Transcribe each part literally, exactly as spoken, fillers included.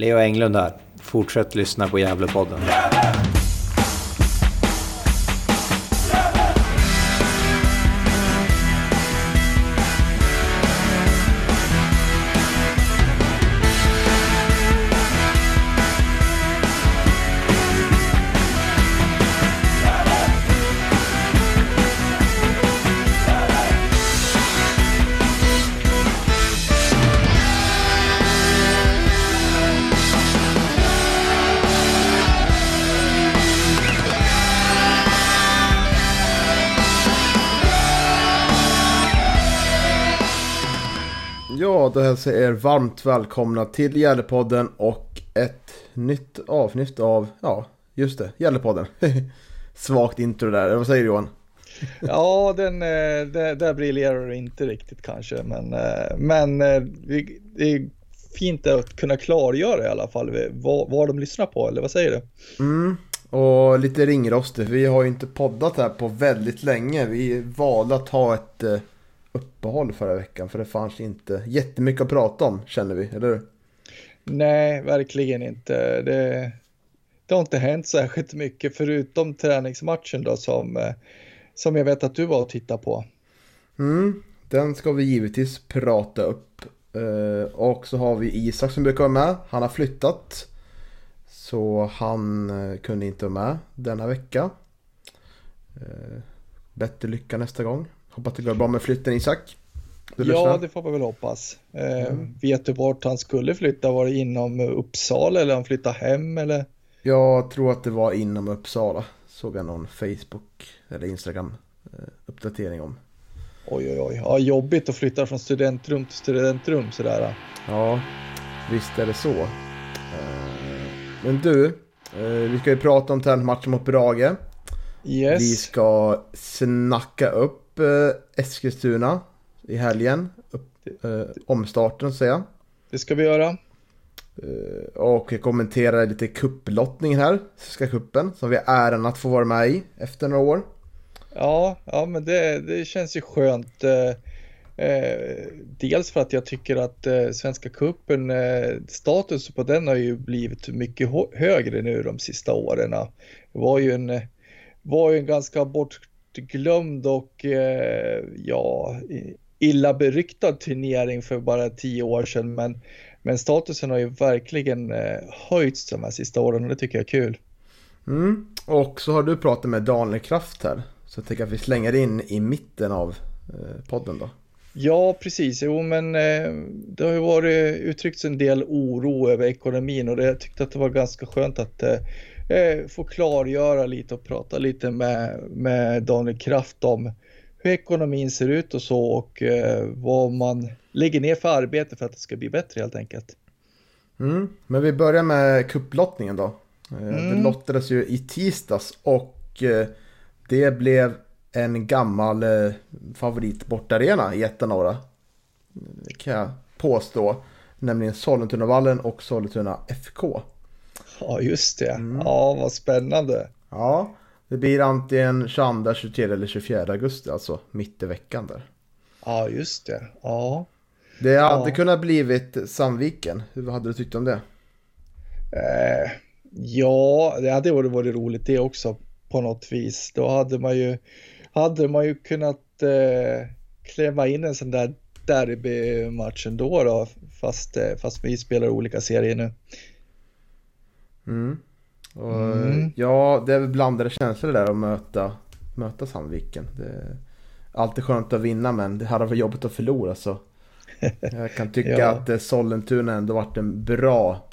Leo Englund här. Fortsätt lyssna på Gävlepodden. Ja, då hälsar jag er varmt välkomna till Gävlepodden och ett nytt avsnitt av, ja, just det, Gävlepodden. Svagt intro där, vad säger du, Johan? Ja, den, det, där briljerar inte riktigt kanske, men, men det är fint att kunna klargöra i alla fall vad, vad de lyssnar på, eller vad säger du? Mm, och lite ringrostigt, vi har ju inte poddat här på väldigt länge. Vi valde att ha ett uppehåll förra veckan, för det fanns inte jättemycket att prata om, känner vi, eller hur? Nej, verkligen inte. Det, det har inte hänt särskilt mycket förutom träningsmatchen då, som, som jag vet att du var och tittade på. Mm, den ska vi givetvis prata upp. Uh, och så har vi Isak som brukar vara med. Han har flyttat, så han uh, kunde inte vara med denna vecka. Uh, bättre lycka nästa gång. Hoppas det går bra med flytten, Isak. Ja, lyssnar. Det får vi väl hoppas. Eh, mm. Vet du vart han skulle flytta? Var det inom Uppsala eller han flyttade hem? Eller? Jag tror att det var inom Uppsala. Såg jag någon Facebook eller Instagram eh, uppdatering om. Oj, oj, oj. Ja, jobbigt att flytta från studentrum till studentrum sådär. Ja, visst är det så. Eh, men du, eh, vi ska ju prata om träningsmatchen mot Brage. Yes. Vi ska snacka upp Eskilstuna i helgen, upp, eh, omstarten säger jag. Det ska vi göra. Eh, och kommentera lite kupplottningen här, Svenska kuppen, som vi är äran att få vara med i efter några år. Ja, ja men det, det känns ju skönt. Eh, eh, dels för att jag tycker att eh, Svenska kuppen, eh, status på den har ju blivit mycket ho- högre nu de sista åren. Det var ju en, var ju en ganska bort glömd och eh, ja, illa beryktad turnering för bara tio år sedan, men, men statusen har ju verkligen eh, höjts de här sista åren och det tycker jag är kul. Mm. Och så har du pratat med Daniel Kraft här, så jag tänker att vi slänger in i mitten av eh, podden då. Ja, precis. Jo, men eh, det har ju varit uttryckts en del oro över ekonomin och det, jag tyckte att det var ganska skönt att eh, få klargöra lite och prata lite med, med Daniel Kraft om hur ekonomin ser ut och så, och eh, vad man lägger ner för arbete för att det ska bli bättre helt enkelt. Mm. Men vi börjar med kupplottningen då. Mm. Det lottades ju i tisdags och eh, det blev en gammal eh, favorit bortarena i ettan norra, kan jag påstå, nämligen Sollentunavallen och Sollentuna F K. Ja, just det. Mm. Ja, vad spännande. Ja, det blir antingen tjugoandra, tjugotredje eller tjugofjärde augusti, alltså mitt i veckan där. Ja, just det. Ja. Det hade ja. kunnat blivit Sandviken. Hur hade du tyckt om det? Eh, ja, det hade varit, varit roligt det också på något vis. Då hade man ju, hade man ju kunnat eh, klämma in en sån där derbymatch ändå då, fast, eh, fast vi spelar olika serier nu. Mm. Och, mm. Ja, det är väl blandade känslor där att möta, möta Sandviken. Det är alltid skönt att vinna, men det hade varit jobbigt att förlora, så jag kan tycka ja. att Sollentuna ändå varit en bra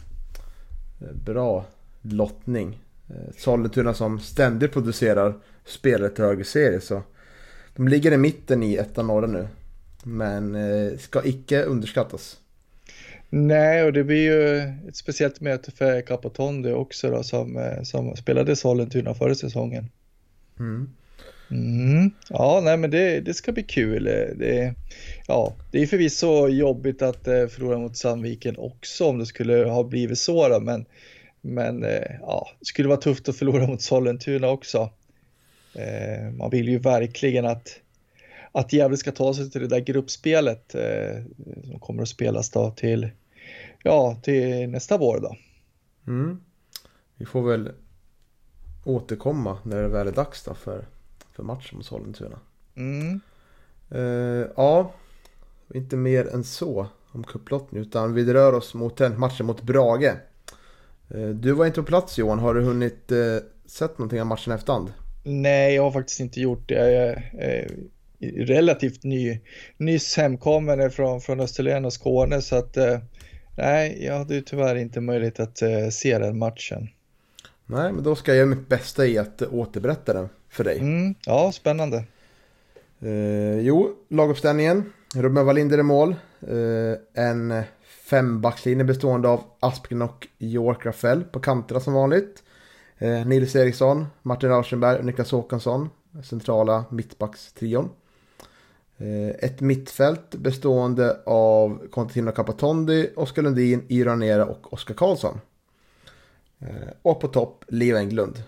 bra lottning. Sollentuna som ständigt producerar spelare till högre serie, så de ligger i mitten i ettan norra nu, men ska icke underskattas. Nej, och det blir ju ett speciellt möte för Capotonde också då, som, som spelade Sollentuna förra säsongen. Mm. Mm. Ja, nej men det, det ska bli kul. Det, ja, det är förvisso jobbigt att eh, förlora mot Sandviken också om det skulle ha blivit så då, men, men eh, ja, det skulle vara tufft att förlora mot Sollentuna också. Eh, man vill ju verkligen att, att Gävle ska ta sig till det där gruppspelet eh, som kommer att spelas då till ja, till nästa vår då. Mm. Vi får väl återkomma när det väl är dags då för, för matchen mot Sollentuna. Mm. Uh, ja, inte mer än så om kupplottning, utan vi rör oss mot den matchen mot Brage. Uh, du var inte på plats, Johan. Har du hunnit uh, sett någonting av matchen efterhand? Nej, jag har faktiskt inte gjort det. Jag är, är relativt ny, nyss hemkommen från, från Österlen och Skåne, så att uh, nej, jag hade ju tyvärr inte möjlighet att uh, se den matchen. Nej, men då ska jag göra mitt bästa i att återberätta den för dig. Mm, ja, spännande. Eh, jo, laguppställningen. Ruben Wallinder i mål. Eh, en fembackslinje bestående av Aspgren och York Rafael på kanterna som vanligt. Eh, Nils Eriksson, Martin Rauschenberg och Niklas Håkansson. Centrala mittbackstrion. Eh, ett mittfält bestående av Konstantino Kapatondi, Oskar Lundin, Iron Nera och Oskar Karlsson. Eh, och på topp, Leo Englund.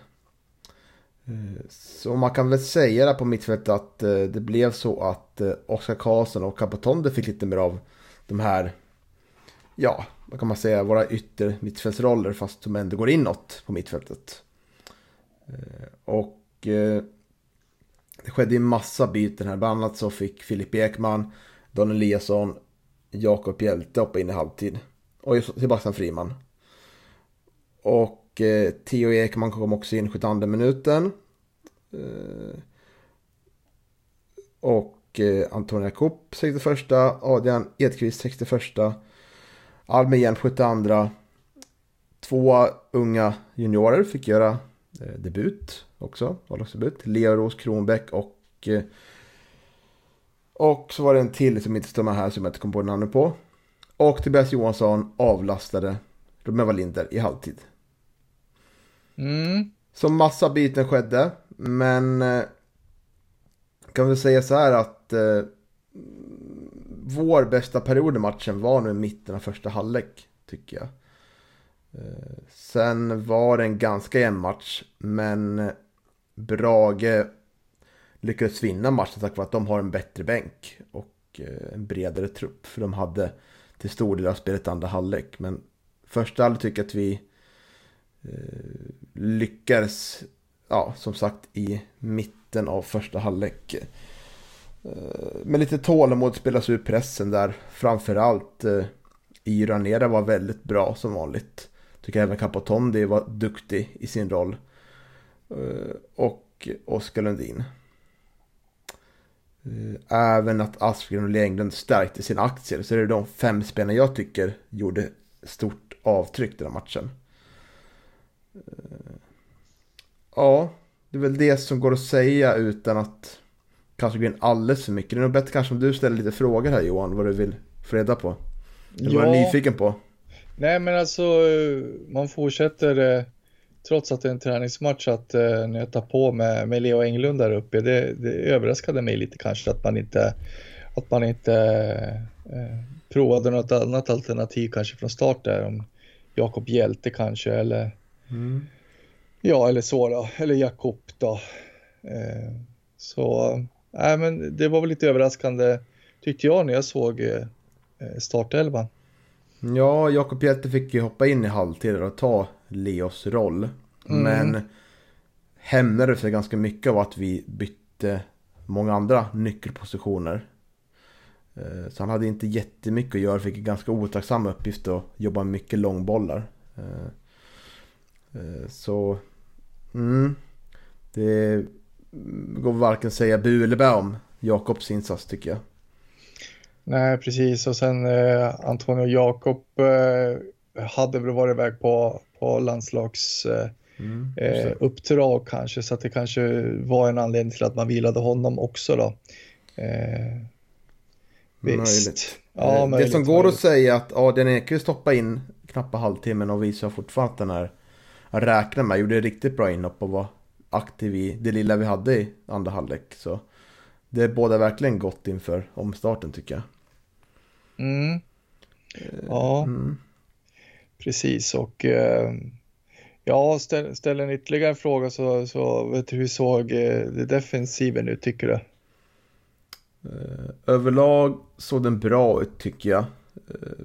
Så man kan väl säga där på mittfältet att eh, det blev så att eh, Oskar Karlsson och Kapatondi fick lite mer av de här, ja, vad kan man säga, våra ytter mittfältsroller, fast de ändå går inåt på mittfältet. Eh, och eh, det skedde en massa byten här. Bland annat så fick Filip Ekman, Don Eliasson, Jakob Hjälte hoppa in i halvtid. Och Sebastian Friman. Och eh, Theo Ekman kom också in sjuttonde minuten. Eh, och eh, Antonia Kopp sextioförsta, Adrian Edqvist sextioförsta, Albin Hjelm sjuttioandra. Två unga juniorer fick göra eh, debut också, debut. Leo Ros Kronbäck och eh, och så var det en till som inte står med här som jag inte kom på namnet på. Och Tobias Johansson avlastade Ruben Wallinder i halvtid. Mm. Så massa byten skedde, men eh, kan vi säga så här att eh, vår bästa period i matchen var nu i mitten av första halvlek, tycker jag. Eh, sen var det en ganska jämn match, men Brage lyckades vinna matchen tack vare att de har en bättre bänk och eh, en bredare trupp, för de hade till stor del av spelet andra halvlek. Men första halvlek tycker jag att vi eh, lyckades, ja, som sagt, i mitten av första halvlek eh, med lite tålamod spelas ur pressen där. Framförallt eh, Iron Nera var väldigt bra som vanligt. Tycker även Kapatondi var duktig i sin roll. Eh, och Oskar Lundin. Eh, även att Aspgren och Lengren stärkte sina aktier. Så det är de fem spelarna jag tycker gjorde stort avtryck i den här matchen. Eh, ja, det är väl det som går att säga utan att kanske gå in alldeles för mycket. Det är nog bättre kanske om du ställer lite frågor här, Johan, vad du vill få reda på. Eller vad du är nyfiken på. Nej, men alltså man fortsätter eh, trots att det är en träningsmatch att eh, nöta på med, med Leo Englund där uppe. Det, det överraskade mig lite kanske att man inte att man inte eh, provade något annat alternativ kanske från start där, om Jakob Hjälte kanske eller Mm. ja, eller så då, eller Jakob då. Eh, så nej, men det var väl lite överraskande tyckte jag när jag såg eh, startelvan. Ja, Jakob Hjälte fick ju hoppa in i halvtid och ta Leos roll. Mm. Men hämnade sig ganska mycket av att vi bytte många andra nyckelpositioner. Så han hade inte jättemycket att göra, fick en ganska otacksam uppgift att jobba mycket långbollar. Så mm, det går varken säga bu eller bä om Jakobs insats, tycker jag. Nej, precis. Och sen eh, Antonio Jakob eh, hade väl varit iväg på, på landslags eh, mm, eh, uppdrag kanske, så att det kanske var en anledning till att man vilade honom också då. Eh, Möjligt. Ja, det möjligt, som går möjligt. att säga att Adrian Ekvist stoppade in knappt halvtimmen och visar fortfarande att den här jag räknar med, gjorde riktigt bra inhopp och var aktiv i det lilla vi hade i andra halvlek. Så det är båda verkligen gott inför omstarten, tycker jag. Mm. Ja, mm. Precis. Och eh, ja, ställ, ställ en ytterligare fråga så, så vet du, hur såg eh, det defensiven ut, tycker du? Eh, överlag såg den bra ut, tycker jag. Eh,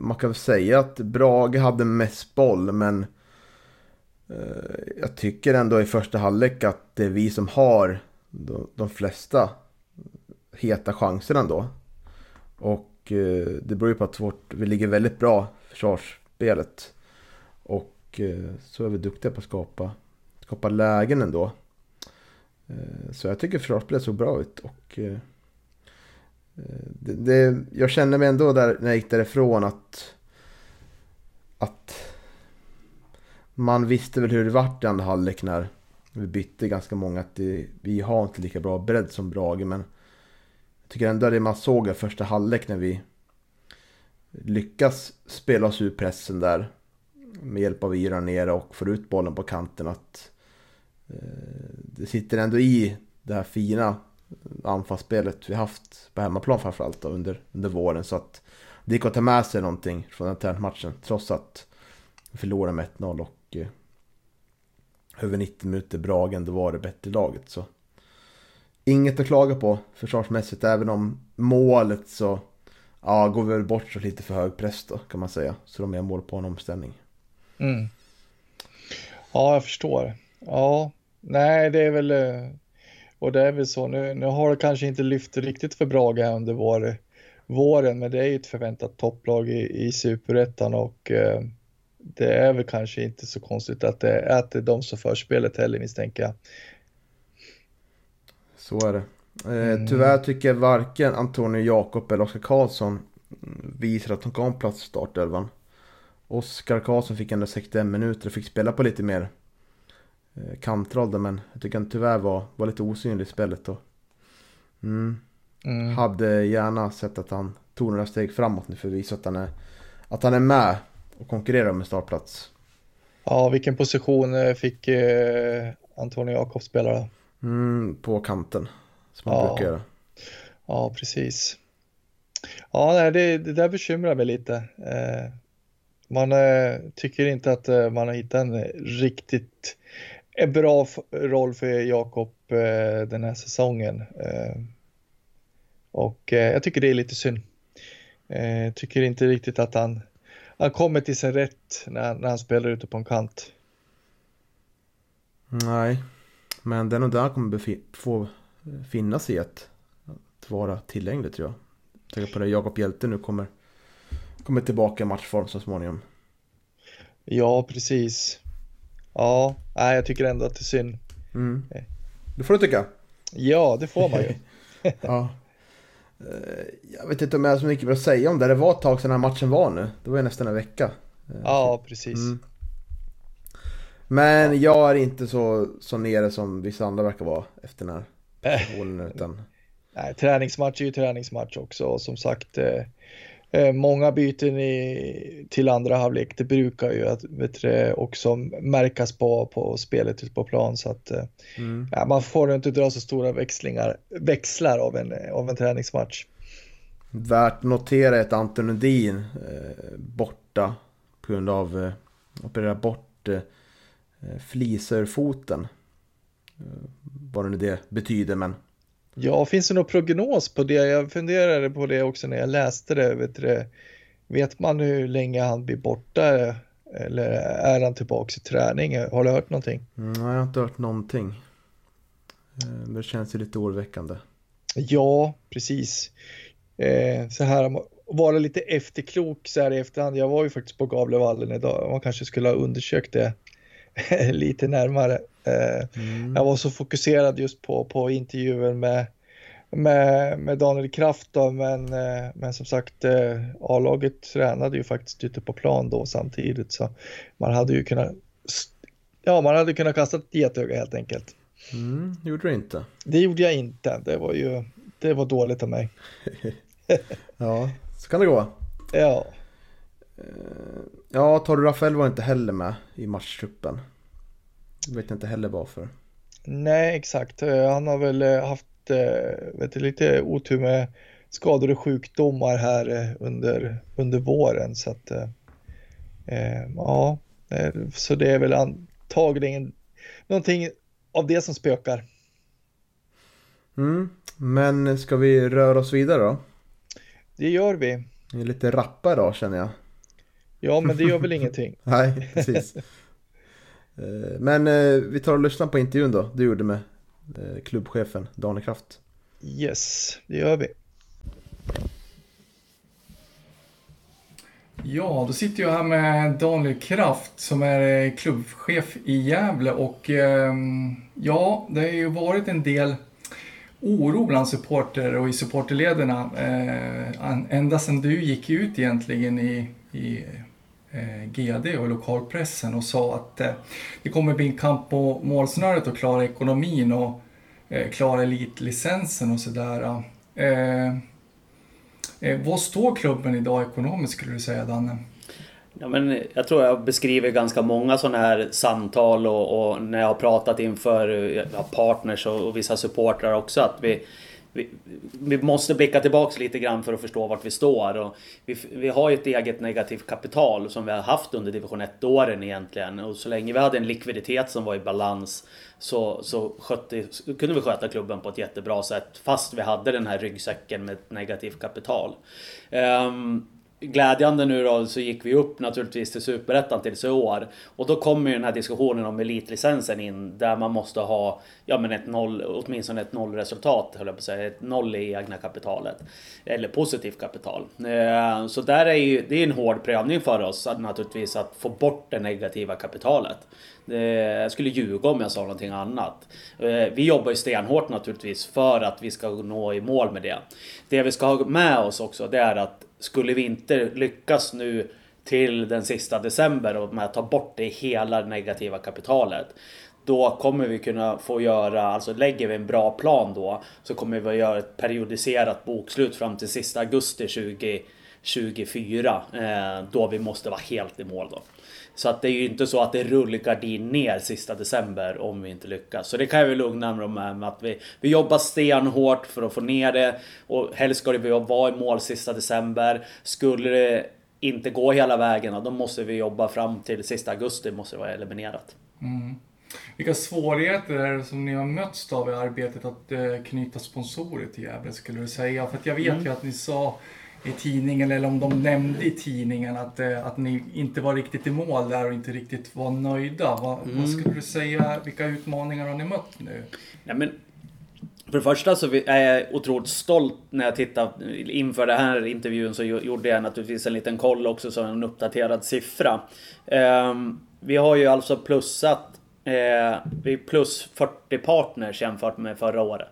man kan väl säga att Brage hade mest boll, men eh, jag tycker ändå i första halvlek att det är vi som har de, de flesta heta chanserna ändå. Och eh, det beror ju på att vårt, vi ligger väldigt bra försvarsspelet. Och eh, så är vi duktiga på att skapa, skapa lägen ändå. Eh, så jag tycker försvarsspelet såg bra ut. Och eh, det, det, jag kände mig ändå där när jag gick därifrån att, att man visste väl hur det vart i andra halvlek när vi bytte ganska många. Att det, vi har inte lika bra bredd som Brage, men jag tycker ändå det man såg i första halvlek när vi lyckas spela oss ur pressen där med hjälp av Ira nere och får ut bollen på kanten, att eh, det sitter ändå i det här fina anfallsspelet vi haft på hemmaplan framförallt då, under, under våren, så att det gick att ta med sig någonting från den här matchen trots att vi förlorade med ett noll och eh, över nittio minuter Bragen, då var det bättre laget. Så inget att klaga på försvarsmässigt, även om målet så ja, går vi väl bort så lite för hög press då, kan man säga. Så de är mål på en omställning. Mm. Ja, jag förstår. Ja, nej, det är väl, och det är väl så. Nu, nu har det kanske inte lyft riktigt för Brage här under vår, våren, men det är ju ett förväntat topplag i, i Superettan, och eh, det är väl kanske inte så konstigt att det, att det är de som för spelet heller, misstänker jag. Så är det. Eh, mm. Tyvärr tycker jag varken Antonio Jakob eller Oskar Karlsson visar att de kan plats i startelvan. Oskar Karlsson fick ändå sextioen minuter och fick spela på lite mer eh, kantroll, men jag tycker han tyvärr var, var lite osynlig i spelet då. Mm. Mm. Hade gärna sett att han tog några steg framåt nu för att visa att han är, att han är med och konkurrerar med startplats. Ja, vilken position fick eh, Antonio Jakob spela då? Mm, på kanten, som man ja. brukar göra. Ja, precis. Ja, nej, det, det där bekymrar mig lite. Eh, man eh, tycker inte att eh, man har hittat en riktigt en bra f- roll för Jakob eh, den här säsongen. Eh, och eh, jag tycker det är lite synd. Eh, tycker inte riktigt att han, han kommer till sin rätt när, när han spelar ute på en kant. Nej. Men den och där kommer befin- få finnas i att, att vara tillgänglig, tror jag. Jag tänker på det, Jakob Hjälte nu kommer, kommer tillbaka i matchform så småningom. Ja, precis. Ja, nej, jag tycker ändå att det är synd. Mm. Det får du tycka. Ja, det får man ju. Ja. Jag vet inte om jag har så mycket att säga om det. Det var ett tag sedan den här matchen var nu. Det var ju nästan en vecka. Ja, precis. Mm. Men jag är inte så, så nere som vissa andra verkar vara efter den här hålen, utan... Nej, träningsmatch är ju träningsmatch också. Och som sagt, eh, många byten i, till andra halvlek, det brukar ju att, vet du, också märkas på, på spelet ute på plan. Så att eh, mm. ja, man får inte dra så stora växlingar, växlar av en, av en träningsmatch. Värt notera ett Anton Nudin eh, borta på grund av eh, operera bort eh, flisa ur foten. Vad nu det betyder, men... Ja, finns det någon prognos på det? Jag funderade på det också när jag läste det. Vet du, vet man hur länge han blir borta? Eller är han tillbaka i träning? Har du hört någonting? Nej, jag har inte hört någonting. Men det känns ju lite oroväckande. Ja, precis. Eh, så här, vara lite efterklok så här i efterhand. Jag var ju faktiskt på Gavlevallen idag. Man kanske skulle ha undersökt det lite närmare. Eh, mm. Jag var så fokuserad just på, på intervjun med, med, med Daniel Kraft då, men, eh, men som sagt eh, A-laget tränade ju faktiskt ute på plan då samtidigt, så man hade ju kunnat ja, man hade kunnat kasta ett getöga helt enkelt. Mm, gjorde du inte? Det gjorde jag inte. Det var ju det var dåligt av mig. Ja, så kan det gå. Ja. Ja, Torre Rafael var inte heller med i matchtruppen. Jag vet inte heller varför. Nej, exakt. Han har väl haft vet du, lite otur med skador och sjukdomar här under, under våren. Så att, eh, ja, så det är väl antagligen någonting av det som spökar. Mm, men ska vi röra oss vidare då? Det gör vi. Det är lite rappa idag, känner jag. Ja, men det gör väl ingenting. Nej, precis. Eh, Men eh, vi tar och lyssnar på intervjun då, du gjorde med eh, klubbchefen Daniel Kraft. Yes, det gör vi. Ja, då sitter jag här med Daniel Kraft som är eh, klubbchef i Gävle och eh, ja, det har ju varit en del oro bland supporter och i supporterlederna eh, ända sedan du gick ut egentligen i, i eh, G D och lokalpressen och sa att eh, det kommer bli en kamp på målsnöret att klara ekonomin och eh, klara elitlicensen och sådär. Eh, Eh, vad står klubben idag ekonomiskt skulle du säga, Danne? Ja, men jag tror jag beskriver ganska många sådana här samtal och, och när jag har pratat inför ja, partners och, och vissa supportrar också att vi, vi, vi måste blicka tillbaka lite grann för att förstå vart vi står. Och vi, vi har ju ett eget negativt kapital som vi har haft under division ett-åren egentligen. Och så länge vi hade en likviditet som var i balans så, så skötte, kunde vi sköta klubben på ett jättebra sätt fast vi hade den här ryggsäcken med ett negativt kapital. Um, Glädjande nu då så gick vi upp naturligtvis till Superettan till i år. Och då kommer ju den här diskussionen om elitlicensen in där man måste ha ja, men ett noll, åtminstone ett nollresultat, höll jag på att säga, ett noll i egna kapitalet. Eller positivt kapital. Så där är ju, det är en hård prövning för oss naturligtvis att få bort det negativa kapitalet. Jag skulle ljuga om jag sa någonting annat. Vi jobbar ju stenhårt naturligtvis för att vi ska nå i mål med det. Det vi ska ha med oss också det är att skulle vi inte lyckas nu till den sista december och med att ta bort det hela negativa kapitalet, då kommer vi kunna få göra, alltså lägger vi en bra plan då, så kommer vi att göra ett periodiserat bokslut fram till sista augusti tjugo tjugofyra, eh, då vi måste vara helt i mål då. Så att det är ju inte så att det rullar gardin ner sista december om vi inte lyckas. Så det kan jag väl lugna dem med att vi, vi jobbar stenhårt för att få ner det. Och helst ska det vara i mål sista december. Skulle det inte gå hela vägen, då måste vi jobba fram till sista augusti, måste det vara eliminerat. Mm. Vilka svårigheter är det som ni har mötts av i arbetet att eh, knyta sponsorer till Gävle skulle du säga? För att jag vet mm. ju att ni sa i tidningen, eller om de nämnde i tidningen att, att ni inte var riktigt i mål där och inte riktigt var nöjda. Vad, mm. vad skulle du säga, vilka utmaningar har ni mött nu? Ja, men för det första så är jag otroligt stolt när jag tittar inför den här intervjun, så gjorde jag naturligtvis en liten koll också som en uppdaterad siffra. Um, vi har ju alltså plussat uh, vi plus fyrtio partners jämfört med förra året.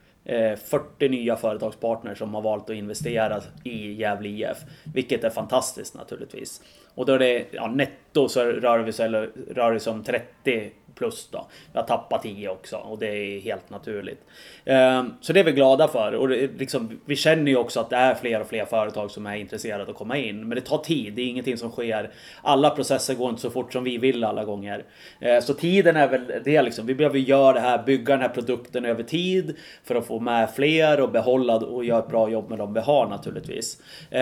fyrtio nya företagspartners som har valt att investera i Gävle I F, vilket är fantastiskt naturligtvis. Och då är det ja, netto så rör vi sig, rör det sig om trettio plus då. Jag har tappat tio också och det är helt naturligt. Så det är vi glada för. Och det, liksom, vi känner ju också att det är fler och fler företag som är intresserade att komma in. Men det tar tid, det är ingenting som sker. Alla processer går inte så fort som vi vill alla gånger. Så tiden är väl det liksom. Vi behöver göra det här, bygga den här produkten över tid för att få med fler och behålla och göra ett bra jobb med de vi har naturligtvis.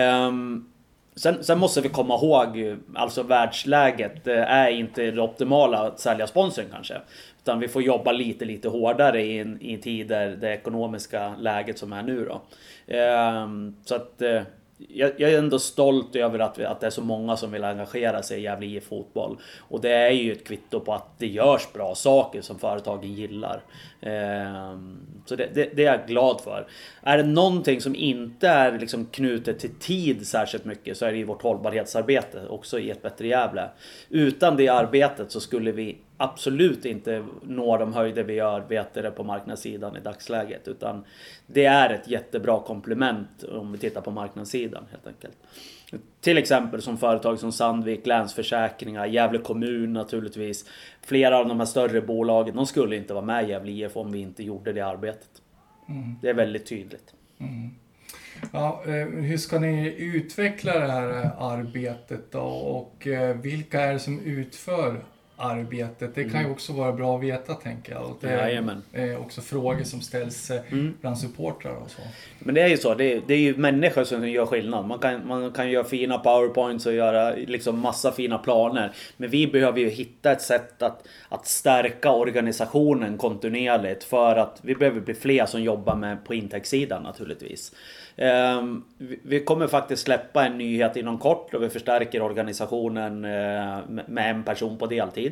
Sen, sen måste vi komma ihåg, alltså världsläget är inte det optimala att sälja sponsring kanske. Utan vi får jobba lite lite hårdare i, en, i tider det ekonomiska läget som är nu då. Ehm, så att eh, jag, jag är ändå stolt över att, att det är så många som vill engagera sig i Gävle I F fotboll. Och det är ju ett kvitto på att det görs bra saker som företagen gillar. Ehm, så det, det, det är jag glad för. Är det någonting som inte är liksom knutet till tid särskilt mycket, så är det ju vårt hållbarhetsarbete också i ett bättre Gävle. Utan det arbetet så skulle vi absolut inte nå de höjder vi gör vet det på marknadssidan i dagsläget, utan det är ett jättebra komplement om vi tittar på marknadssidan helt enkelt. Till exempel som företag som Sandvik, Länsförsäkringar, Gävle kommun naturligtvis. Flera av de här större bolagen, de skulle inte vara med i Gävle I F om vi inte gjorde det arbetet. Mm. Det är väldigt tydligt. Mm. Ja, hur ska ni utveckla det här arbetet då? Och vilka är det som utför arbetet? Det kan ju också vara bra att veta, tänker jag. Och det är ja, också frågor som ställs mm. bland supportrar och så. Men det är ju så, det är, det är ju människor som gör skillnad. Man kan, man kan göra fina powerpoints och göra liksom massa fina planer. Men vi behöver ju hitta ett sätt att, att stärka organisationen kontinuerligt, för att vi behöver bli fler som jobbar med på intäktssidan naturligtvis. Um, vi, vi kommer faktiskt släppa en nyhet inom kort och vi förstärker organisationen uh, med en person på deltid.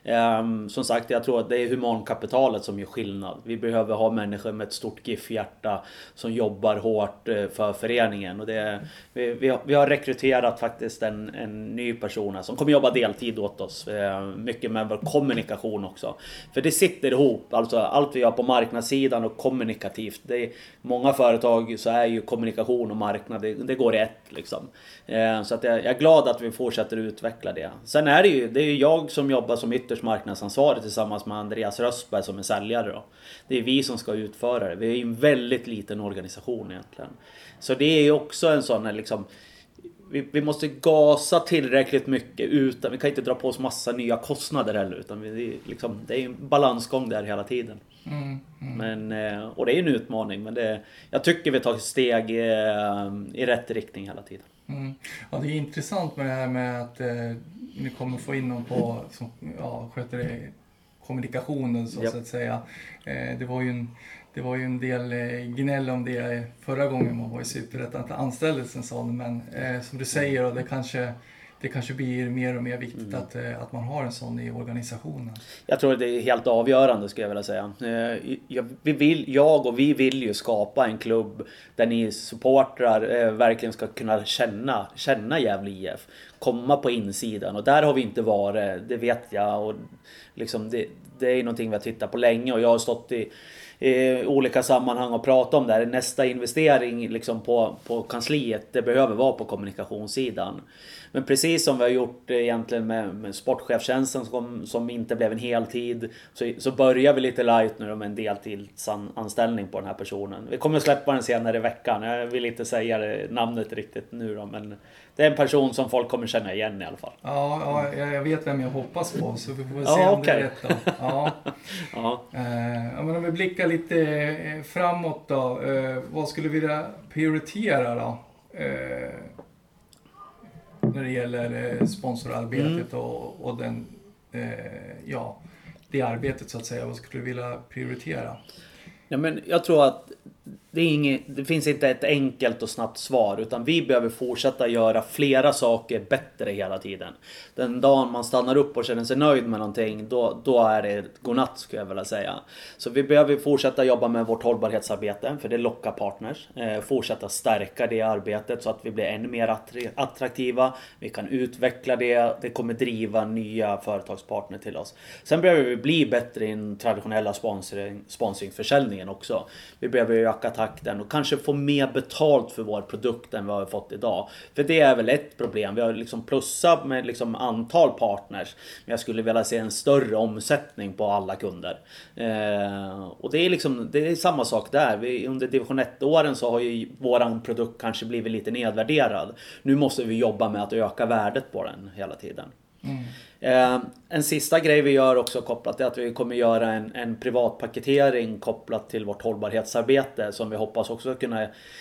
Um, som sagt, jag tror att det är humankapitalet som gör skillnad. Vi behöver ha människor med ett stort GIF-hjärta som jobbar hårt uh, för föreningen. Och det, vi, vi, har, vi har rekryterat faktiskt en, en ny person som kommer jobba deltid åt oss. Uh, mycket med vår kommunikation också. För det sitter ihop, alltså allt vi gör på marknadssidan och kommunikativt. Det är, många företag så är ju kommunikation och marknad, det, det går i ett liksom. Eh, så att jag, jag är glad att vi fortsätter utveckla det. Sen är det ju, det är ju jag som jobbar som ytterst marknadsansvarig tillsammans med Andreas Röstberg som är säljare då. Det är vi som ska utföra det. Vi är ju en väldigt liten organisation egentligen. Så det är ju också en sån här liksom, vi, vi måste gasa tillräckligt mycket utan, vi kan inte dra på oss massa nya kostnader heller, utan vi, liksom, det är en balansgång där hela tiden. Mm, mm. Men, och det är en utmaning, men det, jag tycker vi tar steg i, i rätt riktning hela tiden. Mm. Ja, det är intressant med det här med att eh, ni kommer få in någon på som ja, sköter det, kommunikationen så, yep. så att säga. Eh, det var ju en Det var ju en del gnäll om det förra gången man var i Superettan att anställdes en sån. Men eh, som du säger, och det kanske, det kanske blir mer och mer viktigt mm. att, att man har en sån i organisationen. Jag tror att det är helt avgörande, skulle jag vilja säga. Eh, jag, vi vill, jag och vi vill ju skapa en klubb där ni supportrar eh, verkligen ska kunna känna, känna Gävle I F. Komma på insidan, och där har vi inte varit, det vet jag. Och liksom det, det är någonting vi har tittat på länge, och jag har stått i i olika sammanhang och prata om det här. Nästa investering liksom på, på kansliet, det behöver vara på kommunikationssidan. Men precis som vi har gjort egentligen med, med sportchefstjänsten som, som inte blev en heltid, så, så börjar vi lite light nu med en deltidsanställning på den här personen. Vi kommer släppa den senare i veckan. Jag vill inte säga det, namnet riktigt nu då, men det är en person som folk kommer känna igen i alla fall. Ja, ja jag vet vem jag hoppas på, så vi får väl se ja, om okay. det är rätt då. Ja. ja. Eh, men om vi blickar lite framåt då, eh, vad skulle vi vilja prioritera då? Eh, när det gäller eh, sponsorarbetet mm. och, och den, eh, ja, det arbetet så att säga, vad skulle du vilja prioritera? Ja, men jag tror att det, är inget, det finns inte ett enkelt och snabbt svar, utan vi behöver fortsätta göra flera saker bättre hela tiden. Den dagen man stannar upp och känner sig nöjd med någonting, då, då är det godnatt, skulle jag vilja säga. Så vi behöver fortsätta jobba med vårt hållbarhetsarbete, för det lockar partners. Eh, fortsätta stärka det arbetet så att vi blir ännu mer attraktiva. Vi kan utveckla det, det kommer driva nya företagspartner till oss. Sen behöver vi bli bättre i den traditionella sponsring, sponsringsförsäljningen också. Vi behöver öka takten och kanske få mer betalt för vår produkt än vad vi har fått idag. För det är väl ett problem. Vi har liksom plussat med liksom antal partners, men jag skulle vilja se en större omsättning på alla kunder. Eh, och det är liksom det är samma sak där. Vi, under division ett-åren så har ju våran produkt kanske blivit lite nedvärderad. Nu måste vi jobba med att öka värdet på den hela tiden. Mm. Eh, en sista grej vi gör också kopplat är att vi kommer göra en, en privatpaketering kopplat till vårt hållbarhetsarbete, som vi hoppas också kunna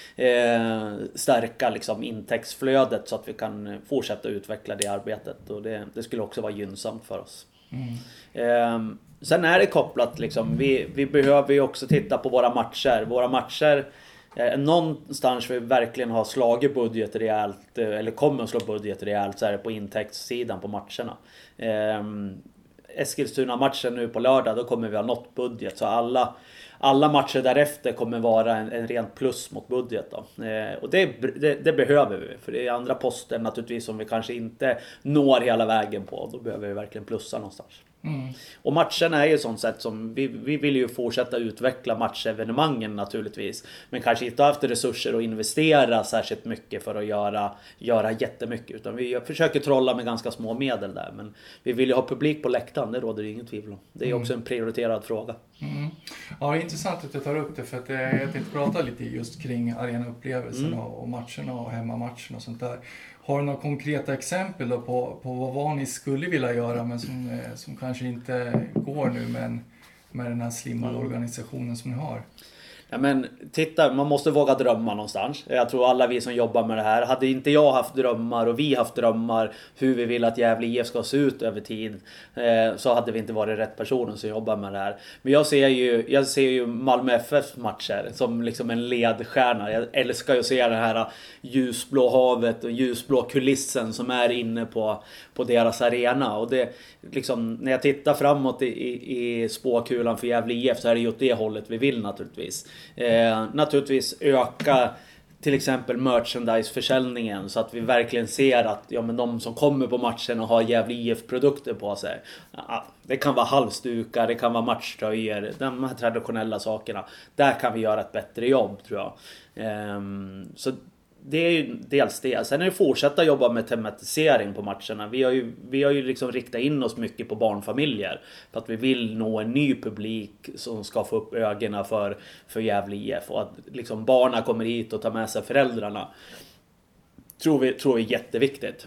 eh, stärka liksom intäktsflödet så att vi kan fortsätta utveckla det arbetet, och det, det skulle också vara gynnsamt för oss. Mm. Eh, sen är det kopplat liksom, vi, vi behöver ju också titta på våra matcher. Våra matcher Eh, någonstans vi verkligen har slagit budget rejält, eh, eller kommer att slå budget rejält, så är det på intäktssidan på matcherna. Eh, Eskilstuna-matchen nu på lördag, då kommer vi ha nått budget, så alla, alla matcher därefter kommer vara en, en rent plus mot budget då. Eh, och det, det, det behöver vi, för det är andra poster naturligtvis som vi kanske inte når hela vägen på, då behöver vi verkligen plussa någonstans. Mm. Och matcherna är ju sånt sätt som vi, vi vill ju fortsätta utveckla matchevenemangen naturligtvis, men kanske inte haft resurser att investera särskilt mycket för att göra, göra jättemycket, utan vi försöker trolla med ganska små medel där, men vi vill ju ha publik på läktaren, det råder det ingen tvivel om. Det är mm. också en prioriterad fråga. Mm. Ja, det är intressant att du tar upp det, för att jag tänkte prata lite just kring arenaupplevelsen mm. och matcherna och hemmamatcherna och sånt där. Har du några konkreta exempel då på, på vad ni skulle vilja göra, men som, som kanske inte går nu med, med den här slimmade organisationen som ni har? Ja, men titta, man måste våga drömma någonstans. Jag tror alla vi som jobbar med det här, hade inte jag haft drömmar och vi haft drömmar hur vi vill att Gävle I F ska se ut över tid, eh, så hade vi inte varit rätt personer som jobbar med det här. Men jag ser ju, jag ser ju Malmö F F matcher som liksom en ledstjärna. Jag älskar ju att se det här ljusblå havet och ljusblå kulissen som är inne på, på deras arena. Och det, liksom, när jag tittar framåt i, i, i spåkulan för Gävle I F så är det ju åt det hållet vi vill naturligtvis. Eh, naturligtvis öka till exempel merchandise-försäljningen så att vi verkligen ser att ja, men de som kommer på matchen och har Gävle I F-produkter på sig. Ja, det kan vara halsdukar, det kan vara matchtröjor, de här traditionella sakerna. Där kan vi göra ett bättre jobb tror jag. Eh, så det är ju dels det. Sen är det fortsätta jobba med tematisering på matcherna. Vi har ju, vi har ju liksom riktat in oss mycket på barnfamiljer. För att vi vill nå en ny publik som ska få upp ögonen för, för Gävle I F. Och att liksom barnen kommer hit och tar med sig föräldrarna. Tror vi, tror vi är jätteviktigt.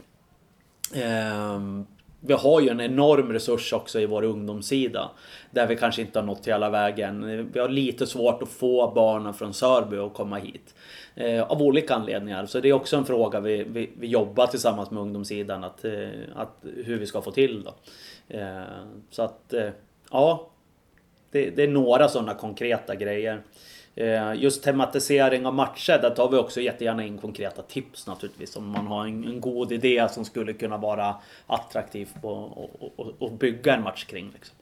Ehm, vi har ju en enorm resurs också i vår ungdomssida. Där vi kanske inte har nått hela vägen. Vi har lite svårt att få barnen från Sörby att komma hit. Eh, av olika anledningar. Så det är också en fråga vi, vi, vi jobbar tillsammans med ungdomssidan. Att, eh, att, hur vi ska få till då. Eh, så att eh, ja. Det, det är några sådana konkreta grejer. Eh, just tematisering av matcher. Där tar vi också jättegärna in konkreta tips naturligtvis. Om man har en, en god idé som skulle kunna vara attraktiv på, och, och, och bygga en match kring. Liksom.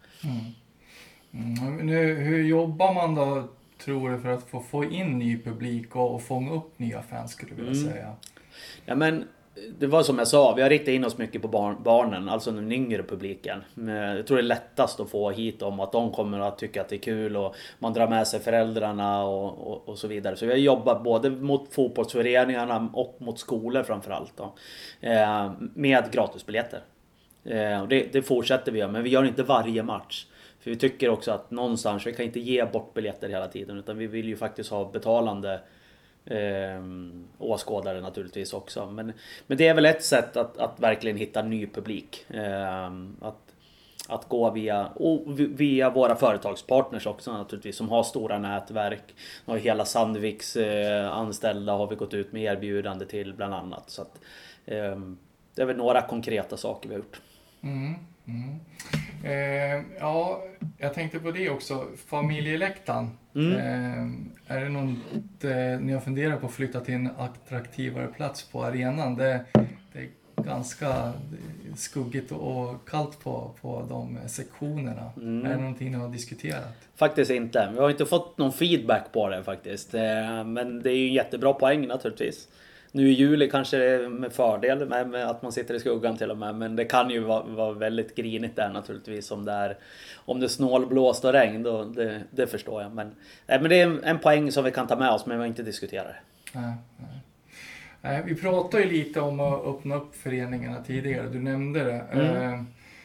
Mm. Mm. Nu, hur jobbar man då, tror du, för att få, få in ny publik och, och fånga upp nya fans, skulle jag vilja mm. säga? Ja, men det var som jag sa, vi har riktat in oss mycket på barn, barnen, alltså den yngre publiken. Jag tror det är lättast att få hit dem, att de kommer att tycka att det är kul och man drar med sig föräldrarna och, och, och så vidare. Så vi har jobbat både mot fotbollsföreningarna och mot skolor framförallt då, eh, med gratisbiljetter. Eh, och det, det fortsätter vi göra, men vi gör inte varje match. För vi tycker också att någonstans, vi kan inte ge bort biljetter hela tiden, utan vi vill ju faktiskt ha betalande eh, åskådare naturligtvis också. Men, men det är väl ett sätt att, att verkligen hitta ny publik. Eh, att, att gå via, och via våra företagspartners också naturligtvis, som har stora nätverk. Och hela Sandviks eh, anställda har vi gått ut med erbjudande till bland annat. Så att, eh, det är väl några konkreta saker vi har gjort. Mm, mm. Eh, ja, jag tänkte på det också. Familjeläktaren. Mm. Eh, är det något eh, ni har funderat på att flytta till en attraktivare plats på arenan? Det, det är ganska skuggigt och kallt på, på de sektionerna. Mm. Är det någonting ni har diskuterat? Faktiskt inte. Vi har inte fått någon feedback på det faktiskt. Eh, men det är ju en jättebra poäng naturligtvis. Nu i juli kanske det är med fördel med, med att man sitter i skuggan till och med. Men det kan ju vara, vara väldigt grinigt där naturligtvis. Om det är, om det är snålblåst och regn, då, det, det förstår jag. Men, nej, men det är en, en poäng som vi kan ta med oss, men vi har inte diskuterat det. Nej, nej. Vi pratade ju lite om att öppna upp föreningarna tidigare. Du nämnde det. Mm. Eh,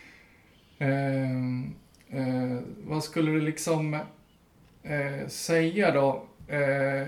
eh, eh, vad skulle du liksom eh, säga då? Eh,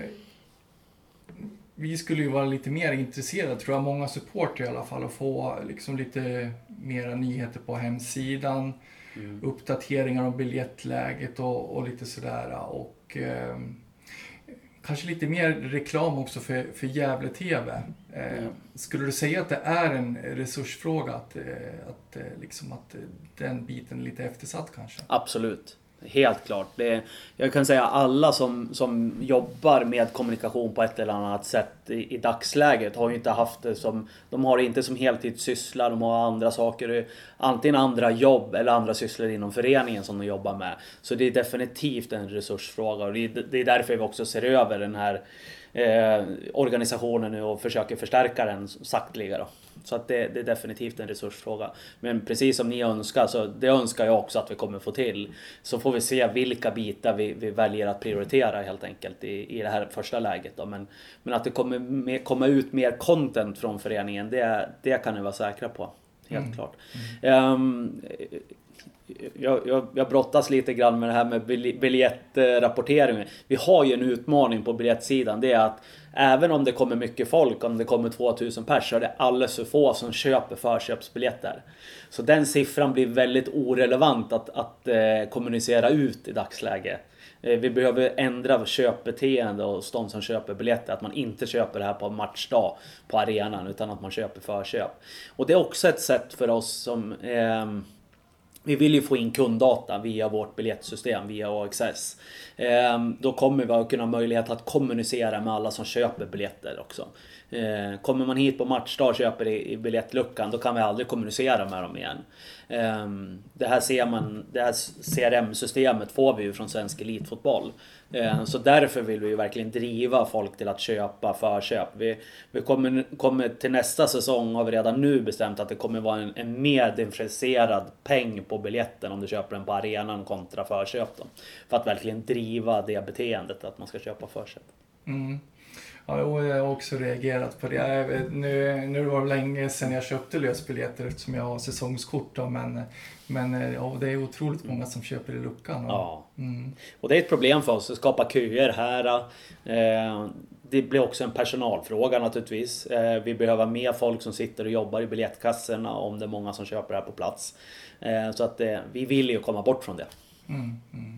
Vi skulle ju vara lite mer intresserade, tror jag, många supporter i alla fall, att få liksom lite mera nyheter på hemsidan, mm. uppdateringar om biljettläget och, och lite sådär. Och eh, kanske lite mer reklam också för, för Gävle T V. Eh, mm. Skulle du säga att det är en resursfråga, att, att, liksom att den biten är lite eftersatt kanske? Absolut. Helt klart. Det, jag kan säga alla som, som jobbar med kommunikation på ett eller annat sätt i, i dagsläget har ju inte haft det som, de har det inte som heltidssyssla, de har andra saker, antingen andra jobb eller andra sysslor inom föreningen som de jobbar med. Så det är definitivt en resursfråga, och det är, det är därför vi också ser över den här eh, organisationen nu och försöker förstärka den sakteliga då. Så att det, det är definitivt en resursfråga. Men precis som ni önskar, så det önskar jag också att vi kommer få till. Så får vi se vilka bitar vi, vi väljer att prioritera helt enkelt i, i det här första läget då. Men, men att det kommer med, komma ut mer content från föreningen, det, det kan ni vara säkra på. Helt mm. klart. Mm. Um, Jag, jag, jag brottas lite grann med det här med biljettrapportering. Vi har ju en utmaning på biljettsidan. Det är att även om det kommer mycket folk, om det kommer tvåtusen pers, så är det alldeles för få som köper förköpsbiljetter. Så den siffran blir väldigt orelevant att, att eh, kommunicera ut i dagsläget. Vi behöver ändra köpbeteende hos de som köper biljetter. Att man inte köper det här på matchdag på arenan utan att man köper förköp. Och det är också ett sätt för oss som... Eh, vi vill ju få in kunddata via vårt biljettsystem, via A X S. Eh, då kommer vi att kunna ha möjlighet att kommunicera med alla som köper biljetter också. Eh, kommer man hit på matchdag och köper i, i biljettluckan, då kan vi aldrig kommunicera med dem igen. Eh, det här ser man, det här C R M-systemet får vi ju från svensk elitfotboll. Eh, så därför vill vi ju verkligen driva folk till att köpa förköp. Vi, vi kommer, kommer till nästa säsong har vi redan nu bestämt att det kommer vara en, en mer differentierad peng på biljetten om du köper den på arenan kontra förköp då. För att verkligen driva det beteendet att man ska köpa förköp. Mm. Ja, och jag har också reagerat på det. Jag vet, nu, nu var det länge sedan jag köpte lösbiljetter eftersom jag har säsongskort. Då, men men ja, det är otroligt många som köper i luckan. Och, ja. Mm. Och det är ett problem för oss att skapa köer här. Eh, det blir också en personalfråga naturligtvis. Eh, vi behöver mer folk som sitter och jobbar i biljettkassorna om det är många som köper det här på plats. Eh, så att eh, vi vill ju komma bort från det. Mm, mm.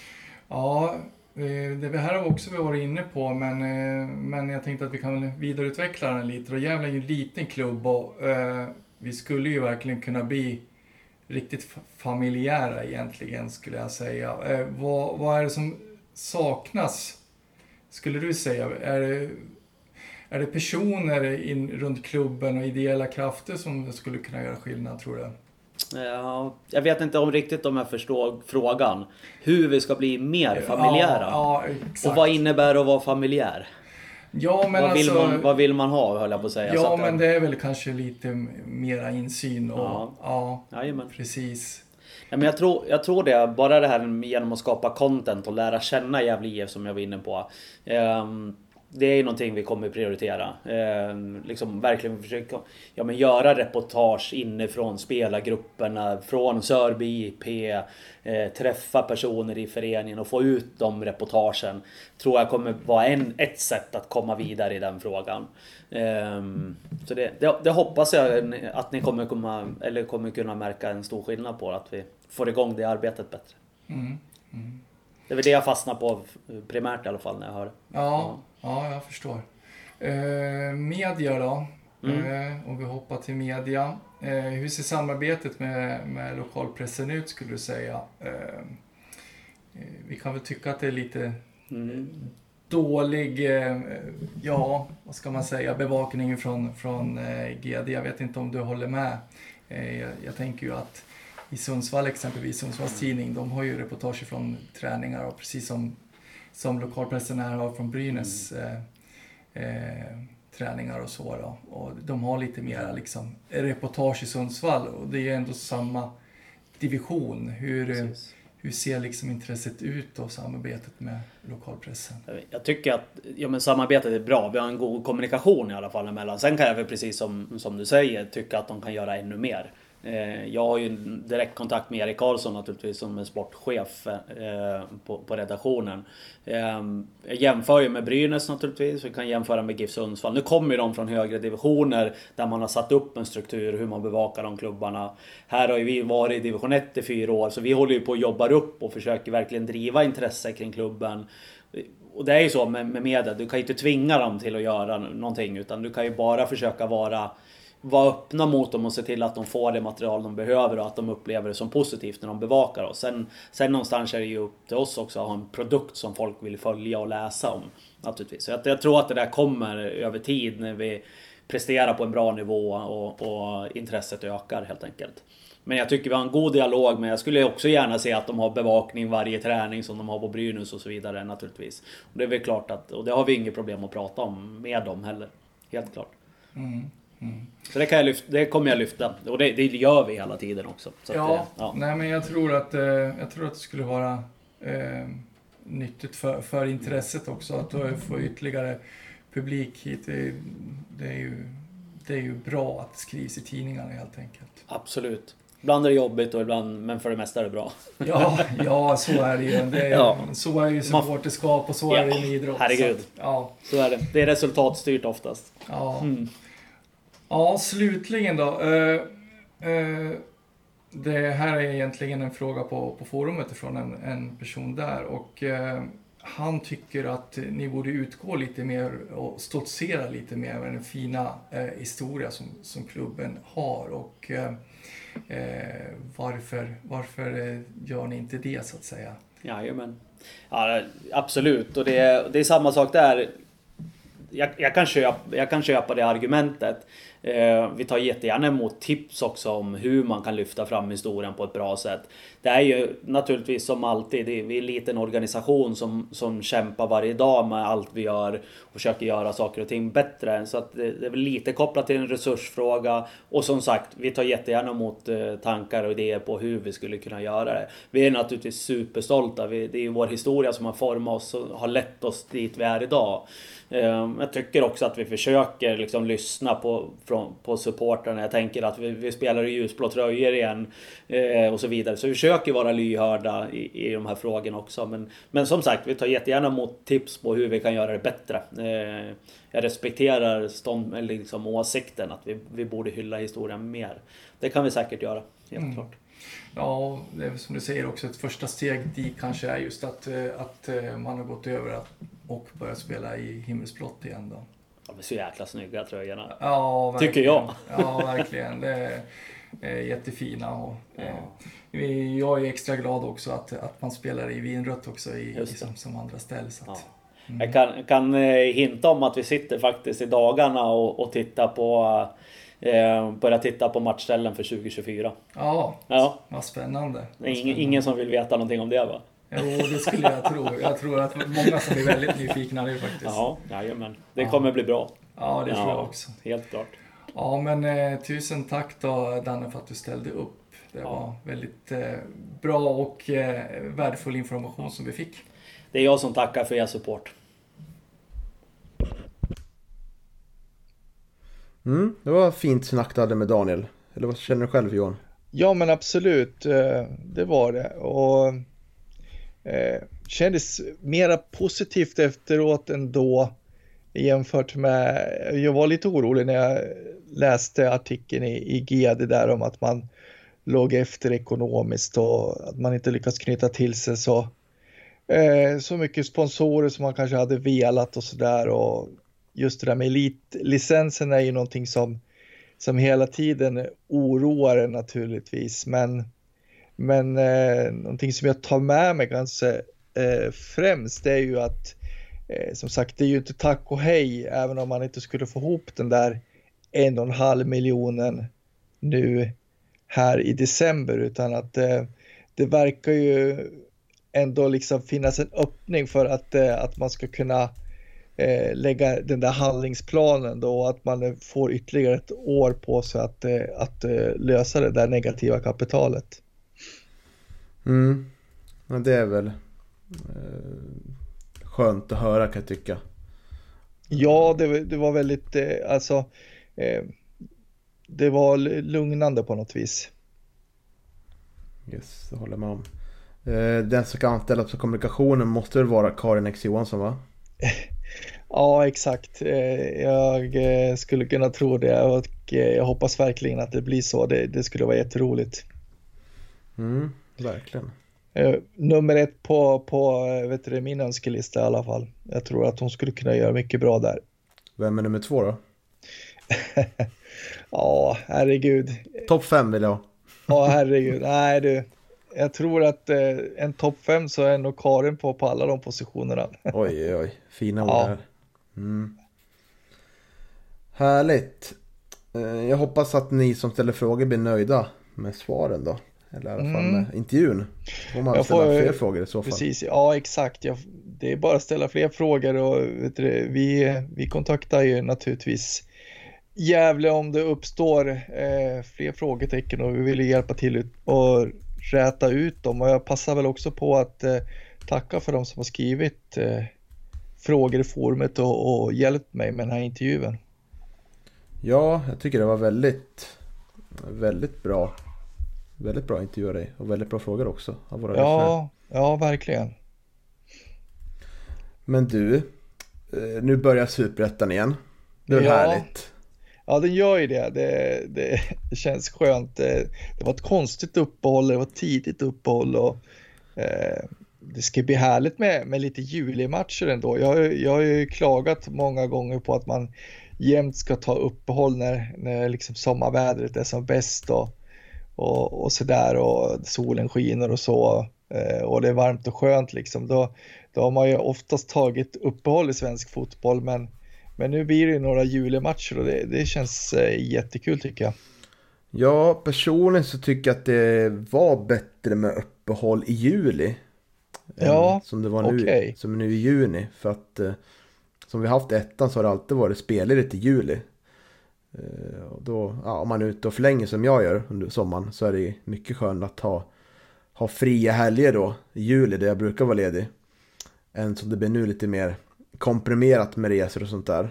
Ja, det här har vi också varit inne på, men, men jag tänkte att vi kan vidareutveckla den lite. Och Gävle är ju en liten klubb och eh, vi skulle ju verkligen kunna bli riktigt familjära egentligen, skulle jag säga. Eh, vad, vad är det som saknas, skulle du säga? Är det, är det personer in, runt klubben och ideella krafter som skulle kunna göra skillnad, tror du? Ja, jag vet inte om riktigt om jag förstår frågan. Hur vi ska bli mer familjära. Ja, ja, exakt. Och vad innebär att vara familjär? Ja, men vad, vill alltså, man, vad vill man ha, höll jag på att säga. Ja, så att men det... det är väl kanske lite mera insyn. Och, ja, ja Jajamän. precis. Ja, men jag, tror, jag tror det, bara det här genom att skapa content och lära känna Gävle I F som jag var inne på. Um, Det är ju någonting vi kommer prioritera. Eh, liksom verkligen försöka ja, men göra reportage inifrån spelargrupperna, från Sörby I P, eh, träffa personer i föreningen och få ut de reportagen. Tror jag kommer vara en, ett sätt att komma vidare i den frågan. Eh, så det, det, det hoppas jag att ni kommer, komma, eller kommer kunna märka en stor skillnad på, att vi får igång det arbetet bättre. Mm. Mm. Det är väl det jag fastnar på primärt i alla fall när jag hör det. Ja, ja. Ja, jag förstår. Eh, media då? Mm. Eh, om vi hoppar till media. Eh, hur ser samarbetet med, med lokalpressen ut, skulle du säga? Eh, vi kan väl tycka att det är lite mm. dålig, eh, ja, vad ska man säga, bevakning från, från eh, G D. Jag vet inte om du håller med. Eh, jag, jag tänker ju att i Sundsvall exempelvis, Sundsvalls tidning, de har ju reportage från träningar och precis som som lokalpressen här har från Brynäs mm. eh, eh, träningar och så då. Och de har lite mer liksom reportage i Sundsvall och det är ändå samma division. Hur, hur ser liksom intresset ut och samarbetet med lokalpressen? Jag tycker att ja, men samarbetet är bra. Vi har en god kommunikation i alla fall emellan. Sen kan jag väl precis som, som du säger tycka att de kan göra ännu mer. Jag har ju direkt kontakt med Erik Karlsson naturligtvis som är sportchef på, på redaktionen. Jag jämför ju med Brynäs naturligtvis. Vi kan jämföra med GIF Sundsvall. Nu kommer ju de från högre divisioner där man har satt upp en struktur hur man bevakar de klubbarna. Här har ju vi varit i division ett i fyra år, så vi håller ju på att jobba upp och försöker verkligen driva intresse kring klubben. Och det är ju så med, med media, du kan ju inte tvinga dem till att göra någonting, utan du kan ju bara försöka vara vara öppna mot dem och se till att de får det material de behöver och att de upplever det som positivt när de bevakar oss. Sen, sen någonstans är det ju upp till oss också att ha en produkt som folk vill följa och läsa om. Naturligtvis. Så jag, jag tror att det där kommer över tid när vi presterar på en bra nivå och, och intresset ökar helt enkelt. Men jag tycker vi har en god dialog, men jag skulle också gärna se att de har bevakning varje träning som de har på Brynäs och så vidare naturligtvis. Och det är väl klart att, och det har vi inget problem att prata om med dem heller. Helt klart. Mm. Mm. Så det, kan jag lyfta, det kommer jag lyfta. Och det, det gör vi hela tiden också. Så ja, att, ja, nej men jag tror att, eh, jag tror att det skulle vara eh, nyttigt för, för intresset också. Att få ytterligare publik hit. Det, det, är ju, det är ju bra att det skrivs i tidningarna helt enkelt. Absolut. Ibland är det jobbigt och ibland, men för det mesta är det bra. Ja, ja så är det ju. Det är, ja. Så är ju supporterskap och så ja, är det i idrott. Herregud. Så, ja. Så är det. Det är resultatstyrt oftast. Ja. Mm. Ja, slutligen då. Uh, uh, det här är egentligen en fråga på, på forumet från en, en person där och eh, han tycker att ni borde utgå lite mer och stoltsera lite mer med den fina eh, historia som, som klubben har och eh, eh, varför, varför eh, gör ni inte det så att säga? Jajamän. Ja, absolut. Och det är, det är samma sak där. Jag, jag, kan köpa, jag kan köpa det argumentet. Eh, vi tar jättegärna emot tips också om hur man kan lyfta fram historien på ett bra sätt. Det är ju naturligtvis som alltid, det är, vi är en liten organisation som, som kämpar varje dag med allt vi gör och försöker göra saker och ting bättre. Så att det, det är väl lite kopplat till en resursfråga. Och som sagt, vi tar jättegärna emot eh, tankar och idéer på hur vi skulle kunna göra det. Vi är naturligtvis superstolta. Vi, det är ju vår historia som har format oss och har lett oss dit vi är idag. Jag tycker också att vi försöker liksom lyssna på, från, på supporterna. Jag tänker att vi, vi spelar i ljusblå tröjor igen eh, och så vidare. Så vi försöker vara lyhörda i, i de här frågorna också. Men, men som sagt, vi tar jättegärna emot tips på hur vi kan göra det bättre. Eh, jag respekterar stånd, eller liksom åsikten att vi, vi borde hylla historien mer. Det kan vi säkert göra, helt mm. klart. Ja, det är som du säger också ett första steg dit kanske är just att, att man har gått över att, och börjat spela i himmelsblått igen då. Ja, men så jäkla snygga tröjorna. Ja, verkligen. Tycker jag. Ja, verkligen. Det är jättefina och ja. Jag är extra glad också att, att man spelar i vinrött också i, som, som andra ställ. Så att, ja. mm. Jag kan, kan hinta om att vi sitter faktiskt i dagarna och, och tittar på Eh, börja titta på matchställen för tjugo tjugofyra. Ja, ja. Vad spännande. Vad ingen, spännande. Ingen som vill veta någonting om det, va? Jo, det skulle jag tro. Jag tror att många som är väldigt nyfikna nu faktiskt. Ja, jajamän. Det ja. kommer bli bra. Ja, det ja, tror jag också. Helt klart. Ja, men eh, tusen tack då, Danne, för att du ställde upp. Det ja. var väldigt eh, bra och eh, värdefull information som vi fick. Det är jag som tackar för er support. Mm, det var fint snack du hade med Daniel. Eller vad känner du själv, Johan? Ja, men absolut. Det var det. Och eh, kändes mera positivt efteråt ändå jämfört med... Jag var lite orolig när jag läste artikeln i, i G D där om att man låg efter ekonomiskt och att man inte lyckats knyta till sig så, eh, så mycket sponsorer som man kanske hade velat och sådär. Och just det där med elitlicensen är ju någonting som, som hela tiden oroar en naturligtvis. Men, men eh, någonting som jag tar med mig ganska eh, främst det är ju att eh, som sagt det är ju inte tack och hej även om man inte skulle få ihop den där en och en halv miljonen nu här i december, utan att eh, det verkar ju ändå liksom finnas en öppning för att, eh, att man ska kunna Eh, lägga den där handlingsplanen då, att man får ytterligare ett år på sig att, eh, att eh, lösa det där negativa kapitalet. Mm. Ja, det är väl eh, skönt att höra, kan jag tycka. Ja, det, det var väldigt eh, alltså eh, det var lugnande på något vis. Yes, det håller man om. Eh, den som kan anställas för kommunikationen måste väl vara Karin X Johansson, va? Ja, exakt. Jag skulle kunna tro det och jag hoppas verkligen att det blir så. Det, det skulle vara jätteroligt. Mm, verkligen. Nummer ett på, på vet du, min önskelista i alla fall. Jag tror att hon skulle kunna göra mycket bra där. Vem är nummer två då? Ja, herregud. Topp fem vill jag. Ja, herregud. Nej du. Jag tror att eh, en topp fem så är nog Karin på, på alla de positionerna. Oj, oj, fina ord ja. här. Mm. Härligt. Jag hoppas att ni som ställer frågor blir nöjda med svaren då. Eller i alla fall med mm. intervjun. Får man jag ställa får, fler frågor i så fall. Precis, ja exakt. Jag, det är bara att ställa fler frågor och vet du, vi, vi kontaktar ju naturligtvis Gävle om det uppstår eh, fler frågetecken och vi vill hjälpa till och räta ut dem. Och jag passar väl också på att eh, tacka för de som har skrivit eh, frågor i forumet och, och hjälpt mig med den här intervjun. Ja, jag tycker det var väldigt väldigt bra väldigt bra intervju av dig och väldigt bra frågor också av våra ja, ja, verkligen. Men du, nu börjar Superettan igen. Det är ja, härligt. Ja, den gör ju det. Det, det, det känns skönt. Det, det var ett konstigt uppehåll, det var ett tidigt uppehåll och eh, det ska bli härligt med, med lite julimatcher ändå. Jag, jag har ju klagat många gånger på att man jämt ska ta uppehåll när, när liksom sommarvädret är som bäst och, och, och sådär och solen skiner och så eh, och det är varmt och skönt liksom. Då, då har man ju oftast tagit uppehåll i svensk fotboll, men Men nu blir det några julematcher och det, det känns eh, jättekul tycker jag. Ja, personligen så tycker jag att det var bättre med uppehåll i juli. Ja, än som det var nu, okej. som nu i juni. För att eh, som vi haft ettan så har det alltid varit spelledigt i juli. Eh, och då, ja, om man är ute och förlänger som jag gör under sommaren så är det mycket skönt att ha, ha fria helger då i juli där jag brukar vara ledig. Än som det blir nu lite mer komprimerat med resor och sånt där.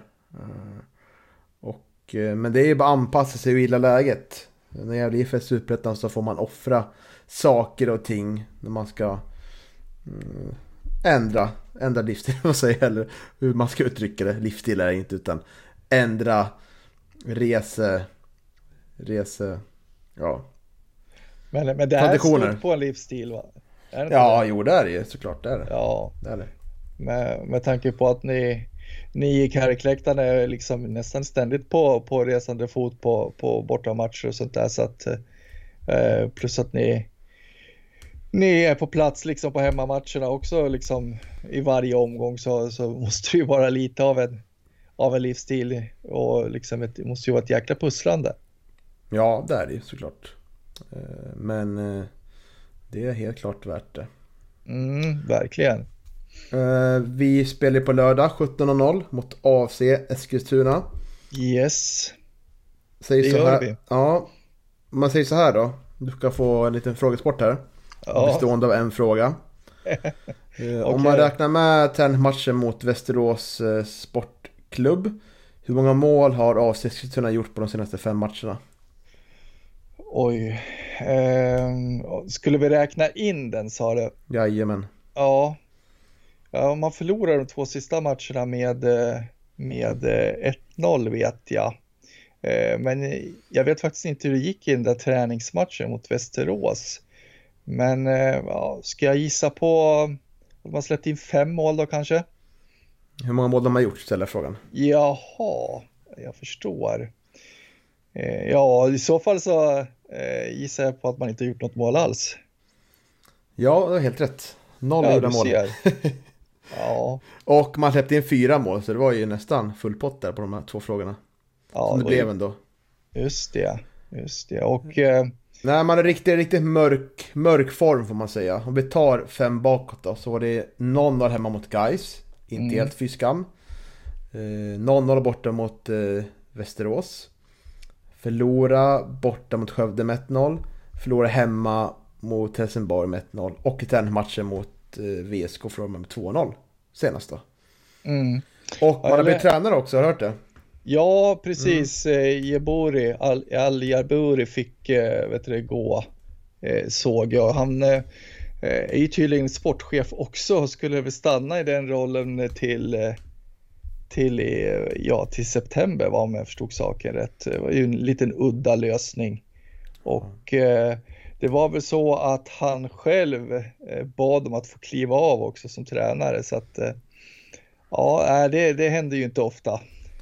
Och, men det är ju bara att anpassa sig och gilla läget. När jag blir för Superettan så får man offra saker och ting när man ska mm, ändra ändra livsstil, vad säger, eller hur man ska uttrycka det. Livsstil är det inte, utan ändra rese rese ja. Men, men det här är stort på en livsstil, va? Är det ja, det? Jo, det är det ju såklart, det är det. Ja. Det är det. Med, med tanke på att ni, ni i Kärrkläktarna är liksom nästan ständigt på, på resande fot på, på bortamatcher och sånt där, så att eh, plus att ni ni är på plats liksom på hemmamatcherna också liksom i varje omgång, så, så måste det ju vara lite av en av en livsstil och liksom ett, det måste ju vara ett jäkla pusslande. Ja, det är det ju såklart. Men det är helt klart värt det. Mm, verkligen. Vi spelar på lördag sjutton noll noll mot A F C Eskilstuna. Yes. Säger det så gör här, vi. Ja, man säger så här då. Du ska få en liten frågesport här. Ja. Bestående av en fråga. okay. Om man räknar med träningsmatchen mot Västerås Sportklubb, hur många mål har A F C Eskilstuna gjort på de senaste fem matcherna? Oj. Ehm, skulle vi räkna in den, sa du? Jajamän. Ja. Ja, man förlorar de två sista matcherna med, med ett noll vet jag. Men jag vet faktiskt inte hur det gick i den där träningsmatchen mot Västerås. Men ja, ska jag gissa på att man släppt in fem mål då kanske? Hur många mål de har gjort, ställer frågan. Jaha, jag förstår. Ja, i så fall så gissar jag på att man inte har gjort något mål alls. Ja, det är helt rätt. Noll ja, gjorda mål. Ja. Och man släppte in fyra mål, så det var ju nästan full pott där på de här två frågorna. Ja, som det, det blev ju... ändå. Just det, just det. Och... Eh... Nej, man är riktigt, riktigt mörk, mörk form får man säga. Om vi tar fem bakåt då, så var det noll noll hemma mot Gais. Inte mm. helt fy skam. Eh, noll noll borta mot eh, Västerås. Förlora borta mot Skövde med ett noll. Förlora hemma mot Helsingborg med ett noll. Och i den matchen mot eh, V S K förlorade med två noll senast då. Mm. Och man har blivit tränare också, har du hört det? Ja, precis. Mm. Jeburi, Al, Al Jaburi fick vet du, gå, såg jag. Han är ju tydligen sportchef också och skulle väl stanna i den rollen till, till, ja, till september, var om jag förstod saken rätt. Det var ju en liten udda lösning. Och mm. det var väl så att han själv bad om att få kliva av också som tränare. Så att, ja, det, det händer ju inte ofta.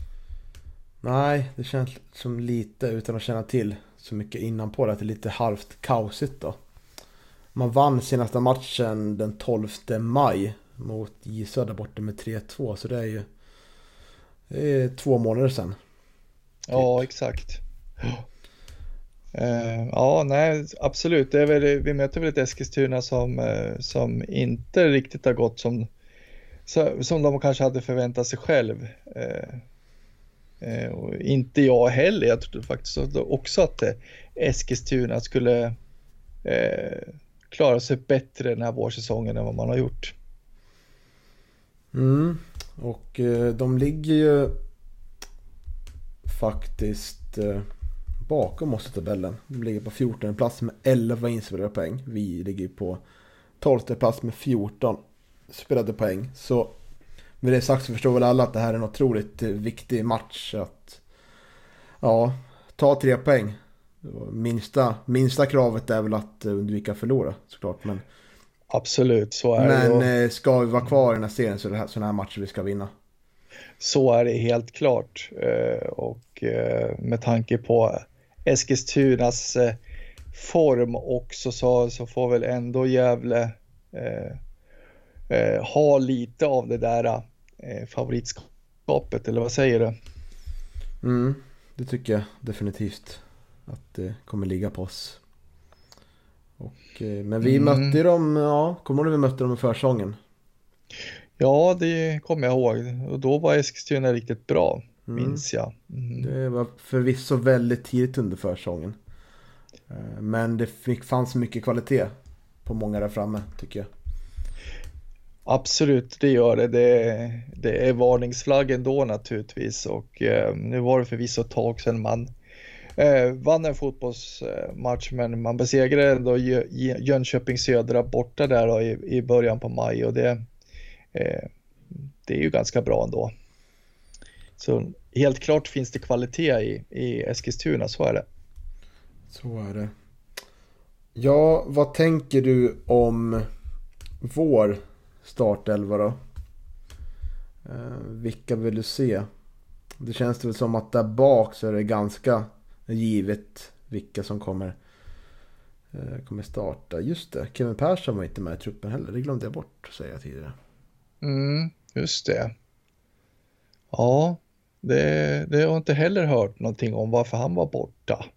Nej, det känns som lite, utan att känna till så mycket innan på det, att det är lite halvt kaosigt då. Man vann senaste matchen den tolfte maj mot J Södra borta med tre två, så det är ju det är två månader sedan. Typ. Ja, exakt. Uh, ja, nej, absolut. Det är väl, vi möter väl ett Eskilstuna som, uh, som inte riktigt har gått som, så, som de kanske hade förväntat sig själv. Uh, uh, och inte jag heller. Jag trodde faktiskt också att uh, Eskilstuna skulle uh, klara sig bättre den här vårsäsongen än vad man har gjort. Mm. Och uh, de ligger ju faktiskt uh, bakom oss i tabellen. De ligger på fjortonde plats med elva inspelade poäng. Vi ligger på tolfte plats med fjorton spelade poäng. Så med det sagt så förstår väl alla att det här är en otroligt viktig match att, Ja, ta tre poäng. Minsta, minsta kravet är väl att undvika förlora såklart. Men, absolut, så är men det. Men ska vi vara kvar i den här serien så är det här, sådana här matcher vi ska vinna. Så är det helt klart. Och med tanke på Eskilstunas form också så, så får väl ändå Gävle eh, eh, ha lite av det där eh, favoritskapet, eller vad säger du? Mm, det tycker jag definitivt att det kommer ligga på oss. Och, eh, men vi mm. mötte dem, ja, kommer du ihåg vi mötte dem i försången? Ja, det kommer jag ihåg. Och då var Eskilstuna riktigt bra, mm. minns jag. Mm. Det var förvisso väldigt tidigt under försången. Men det fick, fanns mycket kvalitet på många där framme, tycker jag. Absolut, det gör det. Det, det är varningsflaggen då naturligtvis. Och eh, nu var det förvisso ett tag sedan man eh, vann en fotbollsmatch. Men man besegrade ändå Jönköping Södra borta där då, i, i början på maj. Och det, eh, det är ju ganska bra ändå. Så helt klart finns det kvalitet i, i Eskilstuna, så är det. Så är det. Ja, vad tänker du om vår startelva då? Eh, vilka vill du se? Det känns det väl som att där bak så är det ganska givet vilka som kommer, eh, kommer starta. Just det, Kevin Persson var inte med i truppen heller. Det glömde jag bort, säger jag tidigare. Mm, just det. Ja, det, det har jag inte heller hört någonting om varför han var borta.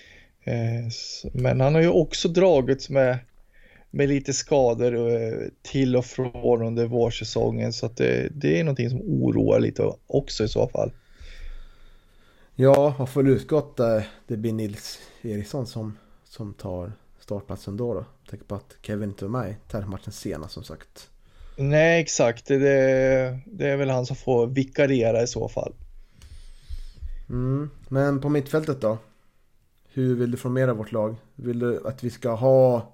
Men han har ju också dragits med, med lite skador till och från under vårsäsongen, så att det, det är någonting som oroar lite också i så fall. Ja, vad får utgått det blir Nils Eriksson som, som tar startplatsen då då. Tänk på att Kevin inte var med tar matchen senast som sagt. Nej, exakt. Det, det är väl han som får vikariera i så fall. Mm. Men på mittfältet då? Hur vill du formera vårt lag? Vill du att vi ska ha...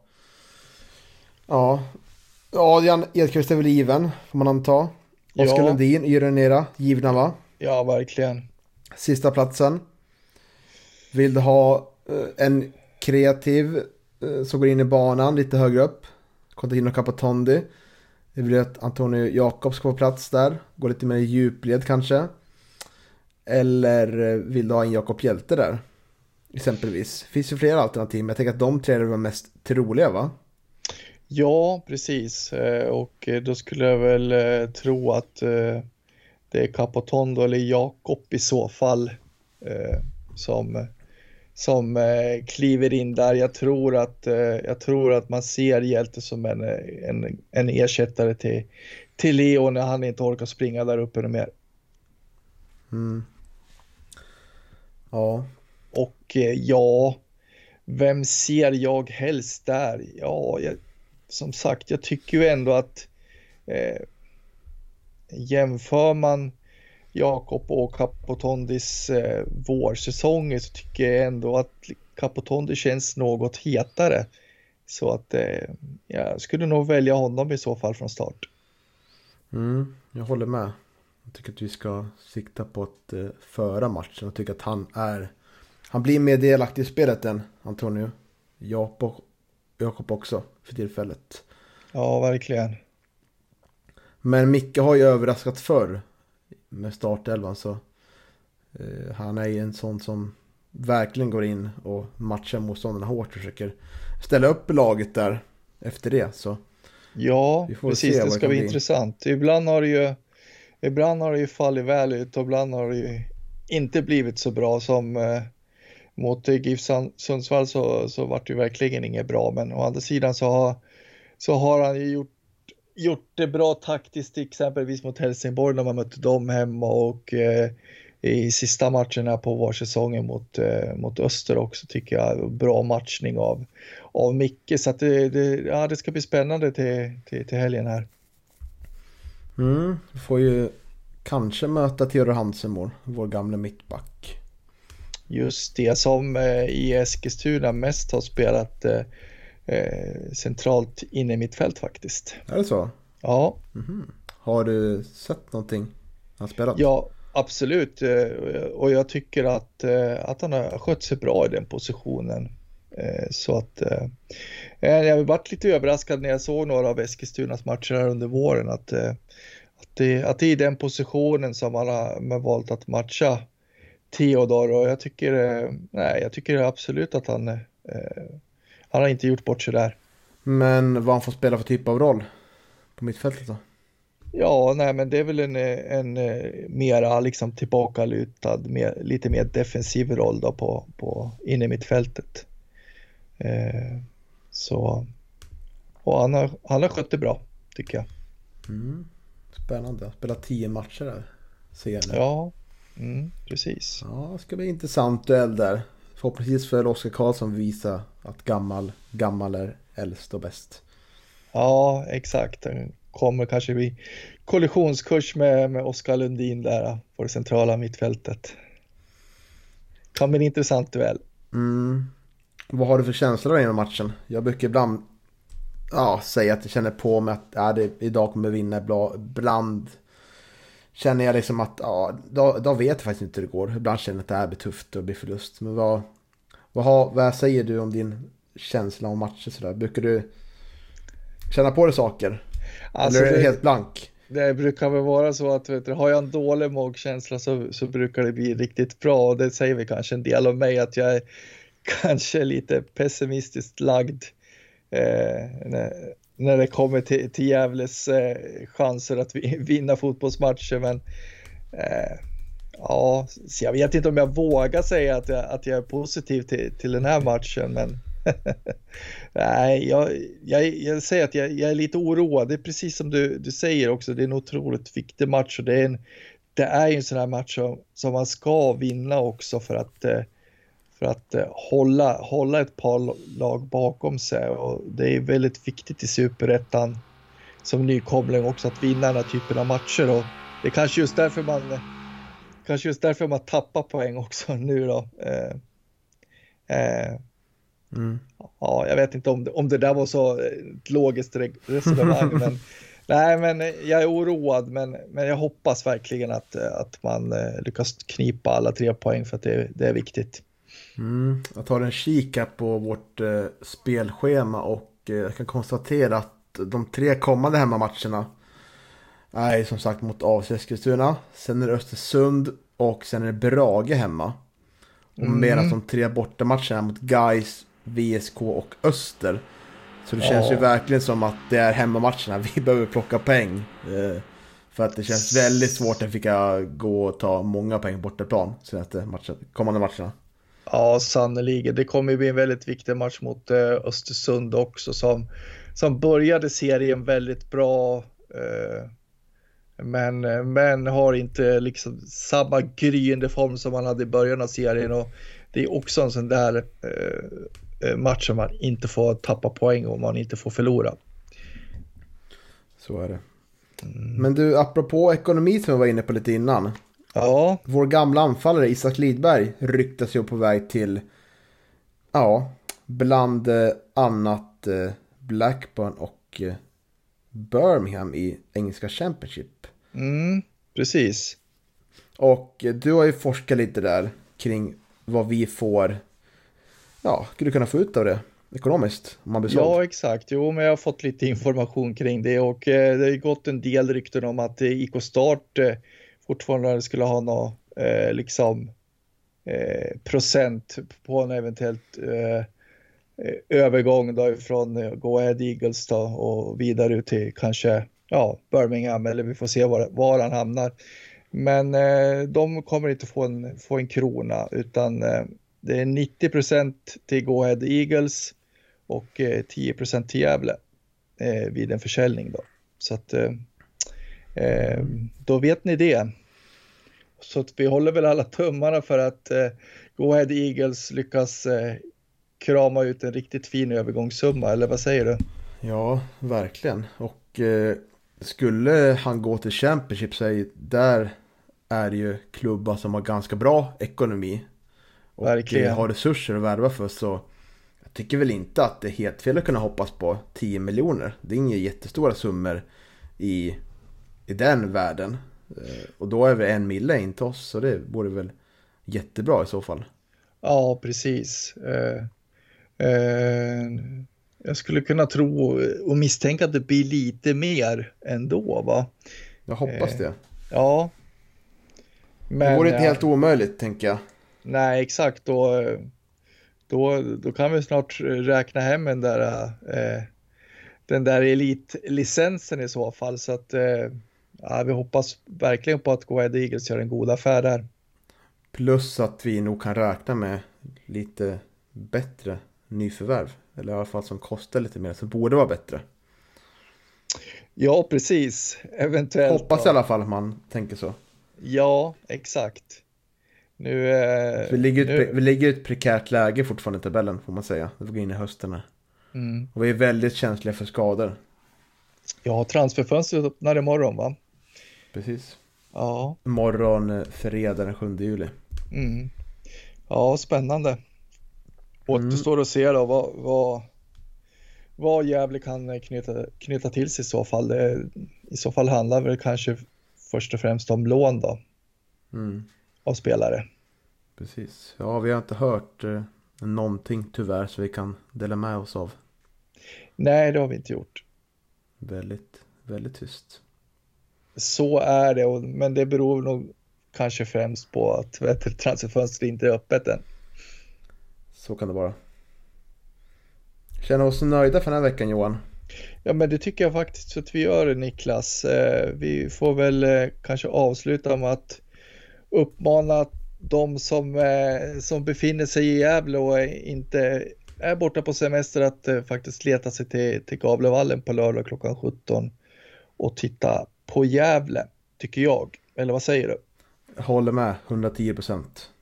Ja, Adrian Edqvist är väl given, får man anta. Oskar ja. Lundin, Yrenera, givna va? Ja, verkligen. Sista platsen. Vill du ha eh, en kreativ eh, som går in i banan lite högre upp? Constantino Capotondi. Jag vill att Antonio Jakobs ska få plats där. Gå lite mer i djupled kanske. Eller vill du ha en Jakob Hjälte där? Exempelvis. Det finns ju flera alternativ, men jag tänker att de tre är de mest troliga va? Ja, precis. Och då skulle jag väl tro att det är Capotondo eller Jakob i så fall som, som kliver in där. Jag tror att, jag tror att man ser Hjälte som en, en, en ersättare till, till Leo när han inte orkar springa där uppe mer. Mm. Ja. Och ja, vem ser jag helst där? Ja, jag, som sagt, jag tycker ju ändå att eh, jämför man Jakob och Capotondis eh, vårsäsonger så tycker jag ändå att Capotondi känns något hetare. Så att eh, jag skulle nog välja honom i så fall från start. Mm, jag håller med. Jag tycker att vi ska sikta på att eh, föra matchen och tycker att han är han blir mer delaktig i spelet än Antonio. Jakob, Jakob också för tillfället. Ja, verkligen. Men Micke har ju överraskat förr med startelvan så eh, han är ju en sån som verkligen går in och matchar motståndarna hårt och försöker ställa upp laget där efter det. Så ja, precis. Det ska bli intressant. Ibland har det ju ibland har det ju fallit väl ut och ibland har det ju inte blivit så bra som eh, mot GIF Sundsvall så, så var det ju verkligen inget bra, men å andra sidan så har, så har han ju gjort, gjort det bra taktiskt exempelvis mot Helsingborg när man mötte dem hemma och eh, i sista matcherna på vårsäsongen mot, eh, mot Öster också tycker jag bra matchning av, av Micke, så att det, det, ja, det ska bli spännande till, till, till helgen här. Mm, vi får ju kanske möta Theodor Hansenborn, vår gamla mittback. Just det, som eh, i Eskilstuna mest har spelat eh, eh, centralt inne i mittfält faktiskt. Är det så? Ja. Mm-hmm. Har du sett någonting han spelat? Ja, absolut. Och jag tycker att, att han har skött sig bra i den positionen. Så att jag varit lite överraskad när jag såg några av Eskilstunas matcher här under våren. Att, att, det, att det är den positionen som man har man valt att matcha Theodor. Och jag tycker, nej, jag tycker absolut att han, han har inte gjort bort sig där. Men vad han får spela för typ av roll på mittfältet då? Ja, nej, men det är väl en, en, en mera liksom tillbakalutad, mer, lite mer defensiv roll då på, på inne i mittfältet. Eh, så och han har, han har skött det bra, tycker jag. Mm. Spännande. Spela tio matcher där. Senare. Ja, mm, precis. Ja, det ska bli intressant duell där. Förhoppningsvis för Oskar Karlsson visa att gammal, gammal är äldst och bäst. Ja, exakt. Han kommer kanske bli kollisionskurs med, med Oskar Lundin där på det centrala mittfältet. Kan bli en intressant duell. Mm. Vad har du för känslor i matchen? Jag brukar ibland ja, säga att jag känner på mig att ja, det, idag kommer vi vinna. Ibland känner jag liksom att ja, då, då vet jag faktiskt inte hur det går. Ibland känner jag att det här blir tufft och blir förlust. Men vad, vad, har, vad säger du om din känsla om matcher sådär? Brukar du känna på dig saker? Alltså, eller är det det helt blank? Det brukar väl vara så att vet du, har jag en dålig magkänsla så, så brukar det bli riktigt bra. Och det säger vi kanske en del av mig att jag är kanske lite pessimistiskt lagd eh, när, när det kommer till, till Gävles eh, chanser att vi, vinna fotbollsmatcher. Men eh, ja, så jag vet inte om jag vågar säga att jag, att jag är positiv till, till den här matchen. Men nej, jag, jag, jag säger att jag, jag är lite oroad. Det är precis som du, du säger också. Det är en otroligt viktig match. Och det är en, det är en sån här match som, som man ska vinna också för att för att hålla, hålla ett par lag bakom sig. Och det är väldigt viktigt i Superettan som nykomling också att vinna den här typen av matcher. Och det är kanske just därför man kanske just därför man tappar poäng också nu då. Eh, eh, mm. Ja, jag vet inte om det, om det där var så ett logiskt resonemang. men, nej, men jag är oroad. Men, men jag hoppas verkligen att, att man lyckas knipa alla tre poäng för att det, det är viktigt. Mm. Jag tar en kika på vårt eh, spelschema och eh, jag kan konstatera att de tre kommande hemmamatcherna är som sagt mot A F C Eskilstuna, sen är det Östersund och sen är det Brage hemma. Och mm. medan de tre bortamatcherna mot Gais, V S K och Öster. Så det känns ja. ju verkligen som att det är hemmamatcherna vi behöver plocka poäng. Eh, för att det känns väldigt svårt att fick gå och ta många poäng bortaplan senaste matchen, kommande matcherna. Ja, sannolikt. Det kommer ju bli en väldigt viktig match mot eh, Östersund också som, som började serien väldigt bra eh, men, men har inte liksom samma gryende form som man hade i början av serien. Och det är också en sån där eh, match som man inte får tappa poäng och man inte får förlora. Så är det. Mm. Men du, apropå ekonomi som vi var inne på lite innan. Ja. Vår gamla anfallare Isak Lidberg ryktas ju på väg till ja, bland annat Blackburn och Birmingham i engelska Championship. Mm, precis. Och du har ju forskat lite där kring vad vi får, ja, skulle kunna få ut av det ekonomiskt om man blir såld. Ja, exakt. Jo, men jag har fått lite information kring det och eh, det har gått en del rykten om att I K Start eh, fortfarande skulle ha någon eh, liksom eh, procent på en eventuellt eh, övergång då från eh, Go Ahead Eagles då, och vidare ut till kanske ja, Birmingham eller vi får se var, var han hamnar. Men eh, de kommer inte få en, få en krona utan eh, det är nittio procent till Go Ahead Eagles och eh, tio procent till Gävle eh, vid en försäljning då. Så att eh, eh, då vet ni det. Så att vi håller väl alla tummarna för att eh, Go Ahead Eagles lyckas eh, krama ut en riktigt fin övergångssumma, eller vad säger du? Ja, verkligen. Och eh, skulle han gå till Championship så är där är det ju klubbar som har ganska bra ekonomi och verkligen har resurser att värva för, så jag tycker väl inte att det är helt fel att kunna hoppas på tio miljoner. Det är inga jättestora summor i, i den världen. Och då är vi en mille in till oss, så det vore väl jättebra i så fall. Ja, precis. Eh, eh, jag skulle kunna tro och misstänka att det blir lite mer ändå, va? Jag hoppas eh, det. Ja. Men, det vore inte ja, helt omöjligt, tänker jag. Nej, exakt. Då, då, då kan vi snart räkna hem den där, eh, den där elitlicensen i så fall. Så att eh, ja, vi hoppas verkligen på att Go Ahead Eagles gör en god affär där. Plus att vi nog kan räkna med lite bättre nyförvärv. Eller i alla fall som kostar lite mer, så borde vara bättre. Ja, precis. Eventuellt. Hoppas i alla fall att man tänker så. Ja, exakt. Nu, eh, vi, ligger nu... Ett, vi ligger i ett prekärt läge fortfarande i tabellen, får man säga. Det får gå in i hösten. Mm. Och vi är väldigt känsliga för skador. Ja, transferfönstret öppnar imorgon, va? Precis. Ja. Imorgon fredag den sjunde juli. Mm. Ja, spännande. Återstår mm. att se då vad, vad, vad Gävle kan knyta, knyta till sig i så fall. Det, i så fall handlar det kanske först och främst om lån då. Mm. Av spelare. Precis. Ja, vi har inte hört eh, någonting tyvärr så vi kan dela med oss av. Nej, det har vi inte gjort. Väldigt, väldigt tyst. Så är det, och, men det beror nog kanske främst på att vet, transferfönstret inte är öppet än. Så kan det vara. Känner oss nöjda för den här veckan, Johan? Ja, men det tycker jag faktiskt att vi gör, Niklas. Eh, vi får väl eh, kanske avsluta med att uppmana de som, eh, som befinner sig i Gävle och inte är borta på semester att eh, faktiskt leta sig till, till Gavlevallen på lördag klockan sjutton och titta på Gävle, tycker jag. Eller vad säger du? Jag håller med, hundratio procent.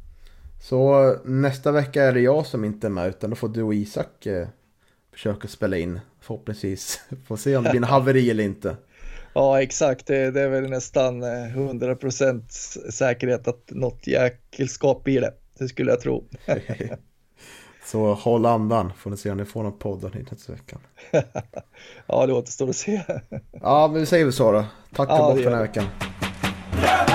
Så nästa vecka är det jag som inte är med, utan då får du och Isak eh, försöka spela in. Förhoppningsvis. Får se om det blir en haveri eller inte. Ja, exakt. Det, det är väl nästan hundra procent säkerhet att något jäkelskap blir det. Det skulle jag tro. Så håll andan. Får ni se om ni får någon podd den nästa veckan. Ja, det återstår att se. Ja, men vi säger väl så då. Tack ja, för den här veckan.